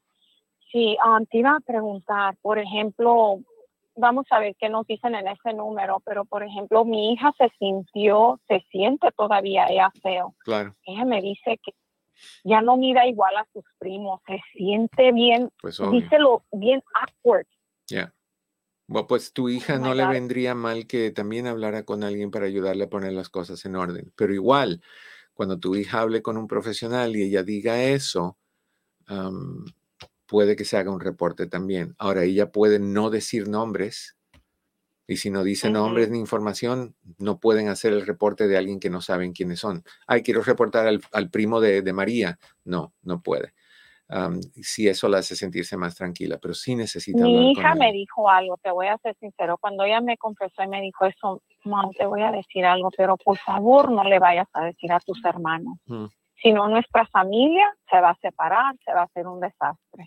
Sí, um, te iba a preguntar, por ejemplo, vamos a ver qué nos dicen en ese número, pero por ejemplo, mi hija se sintió, se siente todavía ella feo. Claro, Ella me dice que ya no mira igual a sus primos, se siente bien, pues obvio. díselo bien awkward. Ya. Bueno, pues tu hija Oh no my le God. vendría mal que también hablara con alguien para ayudarle a poner las cosas en orden. Pero igual, cuando tu hija hable con un profesional y ella diga eso, am, puede que se haga un reporte también. Ahora, ella puede no decir nombres y si no dice nombres Ujú. ni información, no pueden hacer el reporte de alguien que no saben quiénes son. Ay, quiero reportar al, al primo de, de María. No, no puede. Am, si eso la hace sentirse más tranquila, pero sí necesita hablar Mi con hija me alguien. dijo algo, te voy a ser sincero, cuando ella me confesó y me dijo eso, Mom, te voy a decir algo, pero por favor no le vayas a decir a tus hermanos. Mm. Si no, nuestra familia se va a separar, se va a hacer un desastre.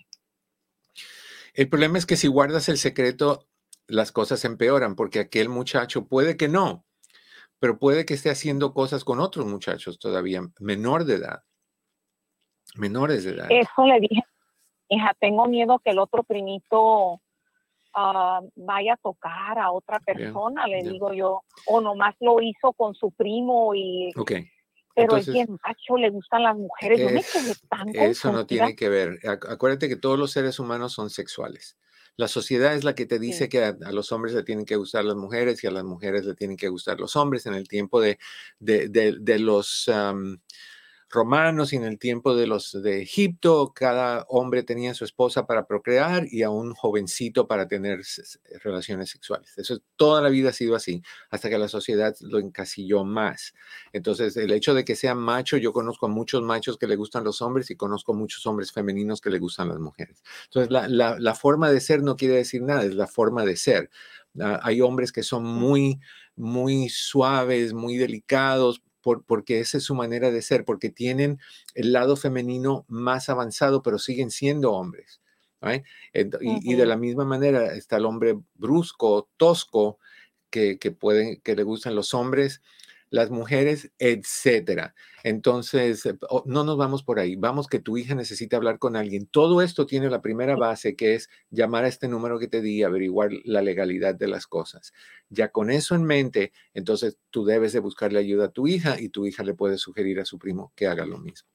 El problema es que si guardas el secreto, las cosas empeoran, porque aquel muchacho puede que no, pero puede que esté haciendo cosas con otros muchachos todavía, menor de edad, menores de edad. Eso le dije, hija, tengo miedo que el otro primito ah, vaya a tocar a otra Bien, persona, le ya. digo yo, o nomás lo hizo con su primo y Ok, pero es entonces bien macho, le gustan las mujeres. Yo me quedé es- tan eso no confundida. tiene que ver. Ac- Acuérdate que todos los seres humanos son sexuales. La sociedad es la que te dice Sí. que a, a los hombres le tienen que gustar las mujeres y a las mujeres le tienen que gustar los hombres. En el tiempo de, de, de- de los am, romanos y en el tiempo de los de Egipto, cada hombre tenía a su esposa para procrear y a un jovencito para tener s- s- relaciones sexuales. Eso toda la vida ha sido así, hasta que la sociedad lo encasilló más. Entonces, el hecho de que sea macho, yo conozco a muchos machos que le gustan los hombres y conozco muchos hombres femeninos que le gustan las mujeres. Entonces, la, la- la forma de ser no quiere decir nada, es la forma de ser. Ah, hay hombres que son muy, muy suaves, muy delicados, por- porque esa es su manera de ser, porque tienen el lado femenino más avanzado, pero siguen siendo hombres. ¿right? Ent- Y, y de Ujú. la misma manera está el hombre brusco, tosco, que, que pueden, que le gustan los hombres, las mujeres, etcétera. Entonces, eh, o- no nos vamos por ahí. Vamos que tu hija necesita hablar con alguien. Todo esto tiene la primera base, que es llamar a este número que te di, averiguar la legalidad de las cosas. Ya con eso en mente, entonces tú debes de buscarle ayuda a tu hija y tu hija le puede sugerir a su primo que haga lo mismo.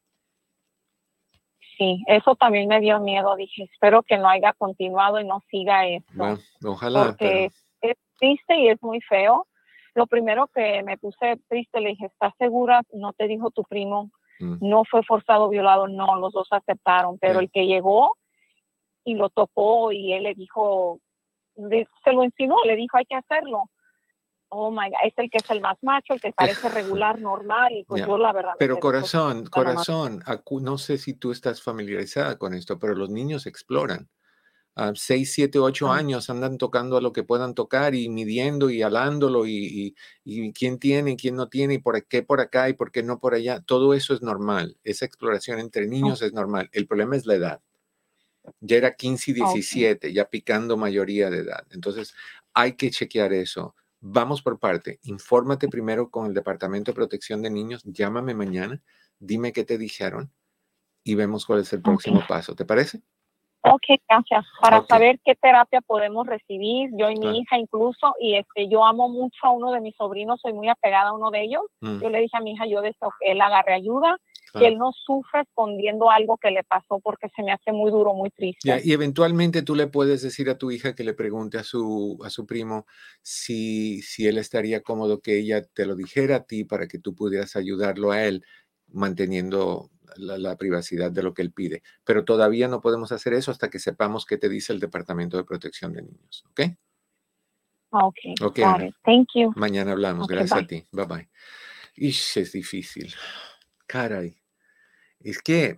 Sí, eso también me dio miedo. Dije, espero que no haya continuado y no siga esto, Bueno, ojalá, pero porque es triste y es muy feo. Lo primero que me puse triste, le dije, ¿estás segura? ¿No te dijo tu primo? mm, No fue forzado, violado, no, los dos aceptaron, pero ya. el que llegó y lo tocó y él le dijo, le- se lo insinuó, le dijo, hay que hacerlo. Oh my God, es el que es el más macho, el que parece regular, normal, y pues Ya. yo la verdad me Pero quedé corazón, sorprendida nomás. corazón, acu- no sé si tú estás familiarizada con esto, pero los niños exploran. A seis, siete, ocho Ah, años andan tocando a lo que puedan tocar y midiendo y alándolo y, y, y quién tiene y quién no tiene y por qué por acá y por qué no por allá. Todo eso es normal. Esa exploración entre niños es normal. El problema es la edad. Ya era quince y ok. diecisiete, ya picando mayoría de edad. Entonces, hay que chequear eso. Vamos por parte. Infórmate primero con el Departamento de Protección de Niños. Llámame mañana. Dime qué te dijeron y vemos cuál es el próximo Ok. paso. ¿Te parece? Ok, gracias. Para Ok. saber qué terapia podemos recibir, yo y mi Claro. hija incluso, y este, yo amo mucho a uno de mis sobrinos, soy muy apegada a uno de ellos. Mm, Yo le dije a mi hija, yo deseo que él agarre ayuda, que claro. él no sufra escondiendo algo que le pasó porque se me hace muy duro, muy triste. Ya, y eventualmente tú le puedes decir a tu hija que le pregunte a su, a su primo si, si él estaría cómodo que ella te lo dijera a ti para que tú pudieras ayudarlo a él manteniendo la, la privacidad de lo que él pide. Pero todavía no podemos hacer eso hasta que sepamos qué te dice el Departamento de Protección de Niños. ¿Ok? Ok, Ok, got Ana. it. Thank you. Mañana hablamos. Okay, Gracias bye. a ti. Bye bye. Ish, es difícil. Caray. Es que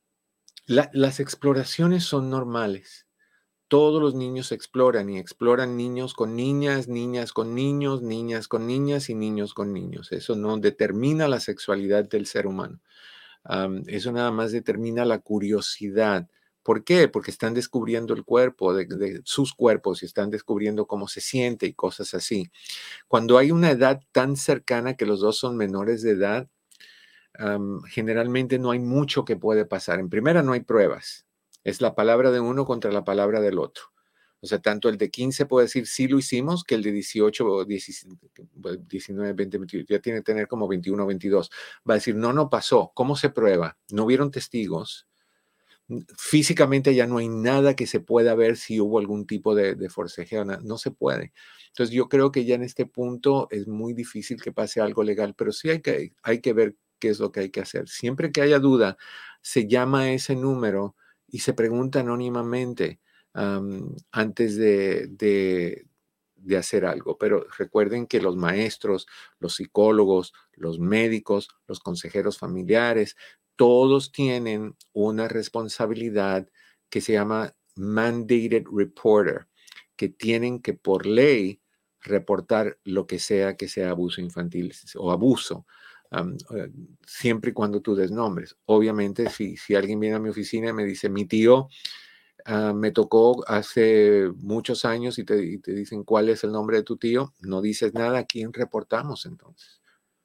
la- las exploraciones son normales. Todos los niños exploran y exploran niños con niñas, niñas con niños, niñas con niñas y niños con niños. Eso no determina la sexualidad del ser humano. Am, eso nada más determina la curiosidad. ¿Por qué? Porque están descubriendo el cuerpo de, de sus cuerpos y están descubriendo cómo se siente y cosas así. Cuando hay una edad tan cercana que los dos son menores de edad, am, generalmente no hay mucho que puede pasar. En primera, no hay pruebas. Es la palabra de uno contra la palabra del otro. O sea, tanto el de quince puede decir sí lo hicimos, que el de dieciocho, o diecinueve, veinte, veintidós, ya tiene que tener como veintiuno o veintidós. Va a decir, no, no pasó. ¿Cómo se prueba? No hubieron testigos. Físicamente ya no hay nada que se pueda ver si hubo algún tipo de, de forcejeo. No, no se puede. Entonces yo creo que ya en este punto es muy difícil que pase algo legal, pero sí hay que, hay que ver qué es lo que hay que hacer. Siempre que haya duda, se llama a ese número y se pregunta anónimamente um, antes de, de, de hacer algo. Pero recuerden que los maestros, los psicólogos, los médicos, los consejeros familiares, todos tienen una responsabilidad que se llama mandated reporter, que tienen que por ley reportar lo que sea que sea abuso infantil o abuso. Um, uh, siempre y cuando tú des nombres. Obviamente, si, si alguien viene a mi oficina y me dice, mi tío uh, me tocó hace muchos años y te, y te dicen cuál es el nombre de tu tío, no dices nada, ¿a quién reportamos entonces?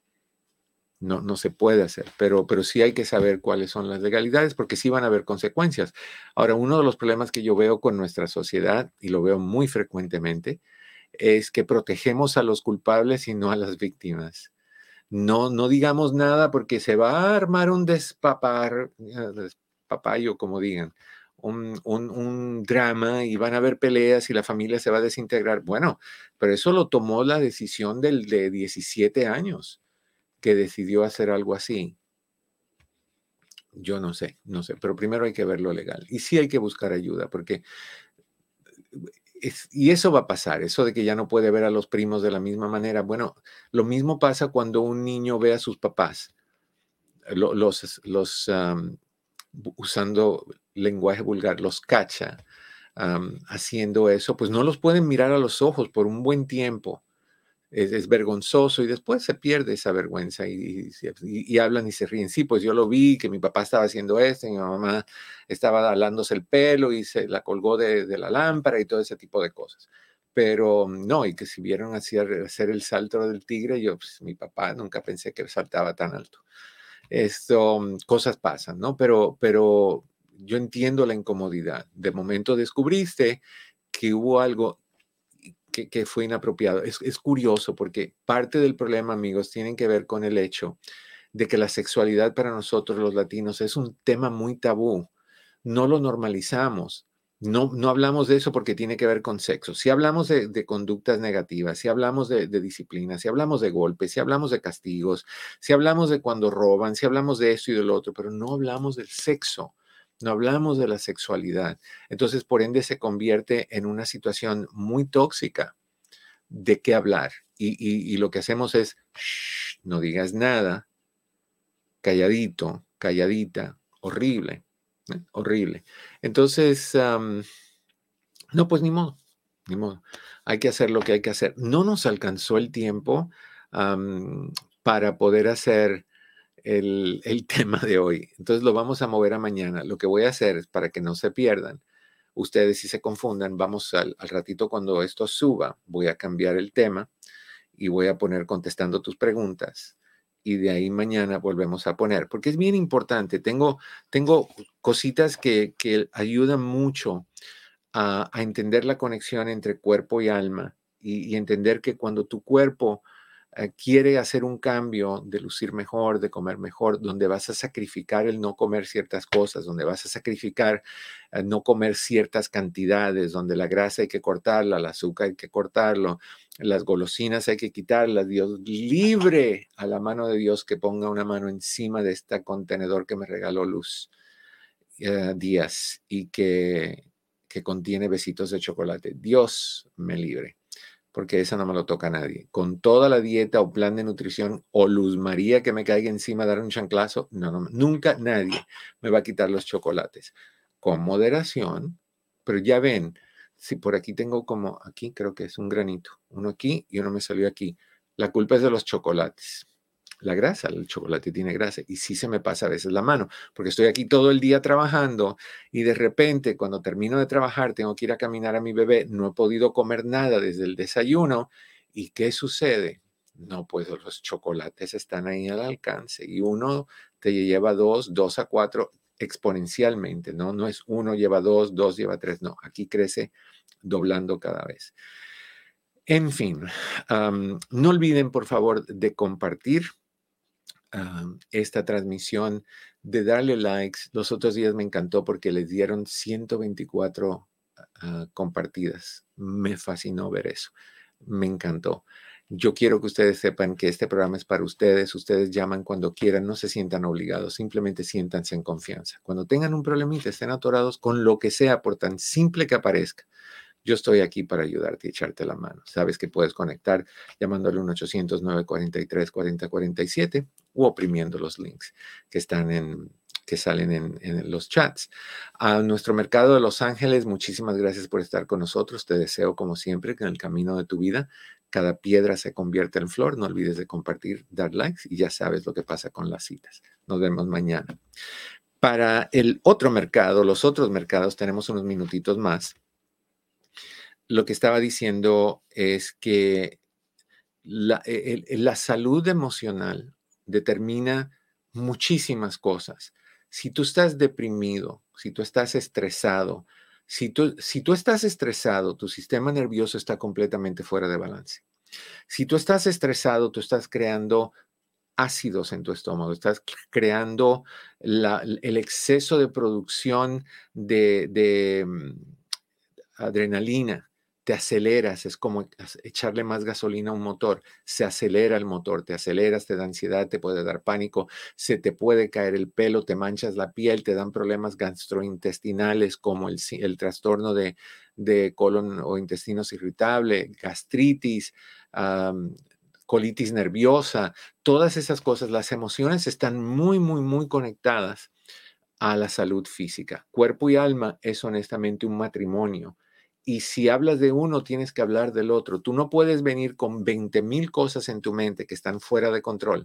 No, no se puede hacer, pero, pero sí hay que saber cuáles son las legalidades porque sí van a haber consecuencias. Ahora, uno de los problemas que yo veo con nuestra sociedad, y lo veo muy frecuentemente, es que protegemos a los culpables y no a las víctimas. No, no digamos nada porque se va a armar un despapar, despapayo, como digan, un, un, un drama y van a haber peleas y la familia se va a desintegrar. Bueno, pero eso lo tomó la decisión del de diecisiete años que decidió hacer algo así. Yo no sé, no sé, pero primero hay que ver lo legal. Y sí hay que buscar ayuda porque... Es, y eso va a pasar, eso de que ya no puede ver a los primos de la misma manera. Bueno, lo mismo pasa cuando un niño ve a sus papás, lo, los, los um, usando lenguaje vulgar, los cacha um, haciendo eso, pues no los pueden mirar a los ojos por un buen tiempo. Es, es vergonzoso y después se pierde esa vergüenza y, y, y hablan y se ríen. Sí, pues yo lo vi, que mi papá estaba haciendo esto y mi mamá estaba alándose el pelo y se la colgó de, de la lámpara y todo ese tipo de cosas. Pero no, y que si vieron hacer, hacer el salto del tigre, yo, pues mi papá nunca pensé que saltaba tan alto. Esto, cosas pasan, ¿no? Pero, pero yo entiendo la incomodidad. De momento descubriste que hubo algo Que, que fue inapropiado. Es, es curioso porque parte del problema, amigos, tiene que ver con el hecho de que la sexualidad para nosotros los latinos es un tema muy tabú. No lo normalizamos. No, no hablamos de eso porque tiene que ver con sexo. Si hablamos de, de conductas negativas, si hablamos de, de disciplina, si hablamos de golpes, si hablamos de castigos, si hablamos de cuando roban, si hablamos de esto y de lo otro, pero no hablamos del sexo. No hablamos de la sexualidad. Entonces, por ende, se convierte en una situación muy tóxica de qué hablar. Y, y, y lo que hacemos es, shh, no digas nada, calladito, calladita, horrible, ¿eh? Horrible. Entonces, um, no, pues ni modo, ni modo. Hay que hacer lo que hay que hacer. No nos alcanzó el tiempo um, para poder hacer El, el tema de hoy. Entonces lo vamos a mover a mañana. Lo que voy a hacer es para que no se pierdan, ustedes si se confundan, vamos al, al ratito cuando esto suba, voy a cambiar el tema y voy a poner contestando tus preguntas y de ahí mañana volvemos a poner, porque es bien importante. Tengo, tengo cositas que, que ayudan mucho a, a entender la conexión entre cuerpo y alma y, y entender que cuando tu cuerpo Uh, quiere hacer un cambio de lucir mejor, de comer mejor, donde vas a sacrificar el no comer ciertas cosas, donde vas a sacrificar uh, no comer ciertas cantidades, donde la grasa hay que cortarla, el azúcar hay que cortarlo, las golosinas hay que quitarlas. Dios libre a la mano de Dios que ponga una mano encima de este contenedor que me regaló Luz uh, Díaz y que, que contiene besitos de chocolate. Dios me libre, porque esa no me lo toca a nadie. Con toda la dieta o plan de nutrición o Luz María que me caiga encima a dar un chanclazo, no, no, nunca nadie me va a quitar los chocolates. Con moderación, pero ya ven, si por aquí tengo como, aquí creo que es un granito, uno aquí y uno me salió aquí. La culpa es de los chocolates. La grasa, el chocolate tiene grasa y sí se me pasa a veces la mano, porque estoy aquí todo el día trabajando y de repente cuando termino de trabajar tengo que ir a caminar a mi bebé, no he podido comer nada desde el desayuno y ¿qué sucede? No, pues los chocolates están ahí al alcance y uno te lleva dos, dos a cuatro, exponencialmente, ¿no? No es uno lleva dos, dos lleva tres, no. Aquí crece doblando cada vez. En fin, um, no olviden, por favor, de compartir um, esta transmisión, de darle likes. Los otros días me encantó porque les dieron ciento veinticuatro uh, compartidas. Me fascinó ver eso. Me encantó. Yo quiero que ustedes sepan que este programa es para ustedes. Ustedes llaman cuando quieran, no se sientan obligados, simplemente siéntanse en confianza. Cuando tengan un problemita, estén atorados con lo que sea, por tan simple que aparezca. Yo estoy aquí para ayudarte y echarte la mano. Sabes que puedes conectar llamándole al uno ochocientos, nueve cuatro tres, cuatro cero cuatro siete u oprimiendo los links que están en, que salen en, en los chats. A nuestro mercado de Los Ángeles, muchísimas gracias por estar con nosotros. Te deseo, como siempre, que en el camino de tu vida cada piedra se convierta en flor. No olvides de compartir, dar likes y ya sabes lo que pasa con las citas. Nos vemos mañana. Para el otro mercado, los otros mercados, tenemos unos minutitos más. Lo que estaba diciendo es que la, el, la salud emocional determina muchísimas cosas. Si tú estás deprimido, si tú estás estresado, si tú, si tú estás estresado, tu sistema nervioso está completamente fuera de balance. Si tú estás estresado, tú estás creando ácidos en tu estómago, estás creando la, el exceso de producción de, de um, adrenalina. Te aceleras, es como echarle más gasolina a un motor, se acelera el motor, te aceleras, te da ansiedad, te puede dar pánico, se te puede caer el pelo, te manchas la piel, te dan problemas gastrointestinales como el, el trastorno de, de colon o intestinos irritable, gastritis, um, colitis nerviosa, todas esas cosas. Las emociones están muy, muy, muy conectadas a la salud física. Cuerpo y alma es honestamente un matrimonio. Y si hablas de uno, tienes que hablar del otro. Tú no puedes venir con veinte mil cosas en tu mente que están fuera de control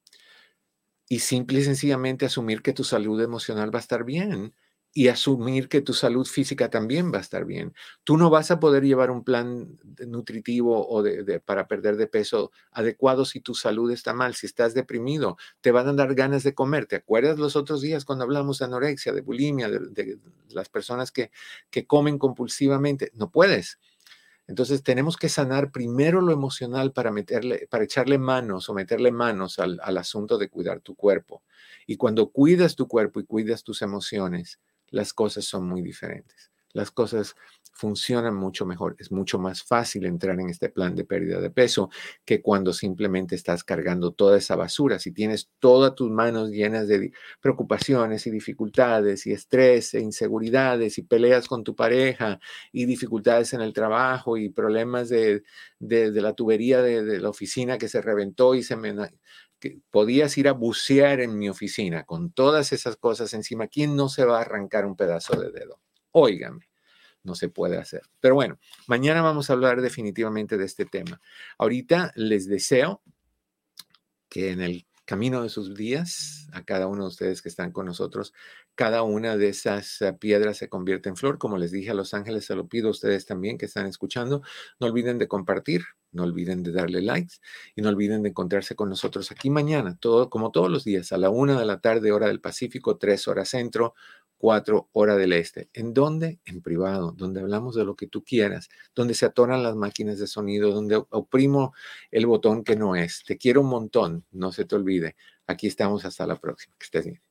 y simple y sencillamente asumir que tu salud emocional va a estar bien y asumir que tu salud física también va a estar bien. Tú no vas a poder llevar un plan nutritivo o de, de, para perder de peso adecuado si tu salud está mal, si estás deprimido. Te van a dar ganas de comer. ¿Te acuerdas los otros días cuando hablamos de anorexia, de bulimia, de, de las personas que, que comen compulsivamente? No puedes. Entonces tenemos que sanar primero lo emocional para, meterle, para echarle manos o meterle manos al, al asunto de cuidar tu cuerpo. Y cuando cuidas tu cuerpo y cuidas tus emociones, las cosas son muy diferentes. Las cosas funcionan mucho mejor. Es mucho más fácil entrar en este plan de pérdida de peso que cuando simplemente estás cargando toda esa basura. Si tienes todas tus manos llenas de preocupaciones y dificultades y estrés e inseguridades y peleas con tu pareja y dificultades en el trabajo y problemas de, de, de la tubería de, de la oficina que se reventó y se me... que podías ir a bucear en mi oficina con todas esas cosas encima. ¿Quién no se va a arrancar un pedazo de dedo? Óigame, no se puede hacer. Pero bueno, mañana vamos a hablar definitivamente de este tema. Ahorita les deseo que en el camino de sus días, a cada uno de ustedes que están con nosotros, cada una de esas uh, piedras se convierte en flor. Como les dije a Los Ángeles, se lo pido a ustedes también que están escuchando. No olviden de compartir, no olviden de darle likes y no olviden de encontrarse con nosotros aquí mañana, todo, como todos los días, a la una de la tarde, hora del Pacífico, tres horas centro, cuatro hora del este. ¿En dónde? En privado, donde hablamos de lo que tú quieras, donde se atoran las máquinas de sonido, donde oprimo el botón que no es. Te quiero un montón, no se te olvide. Aquí estamos, hasta la próxima. Que estés bien.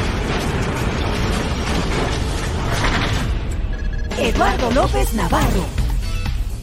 Eduardo López Navarro.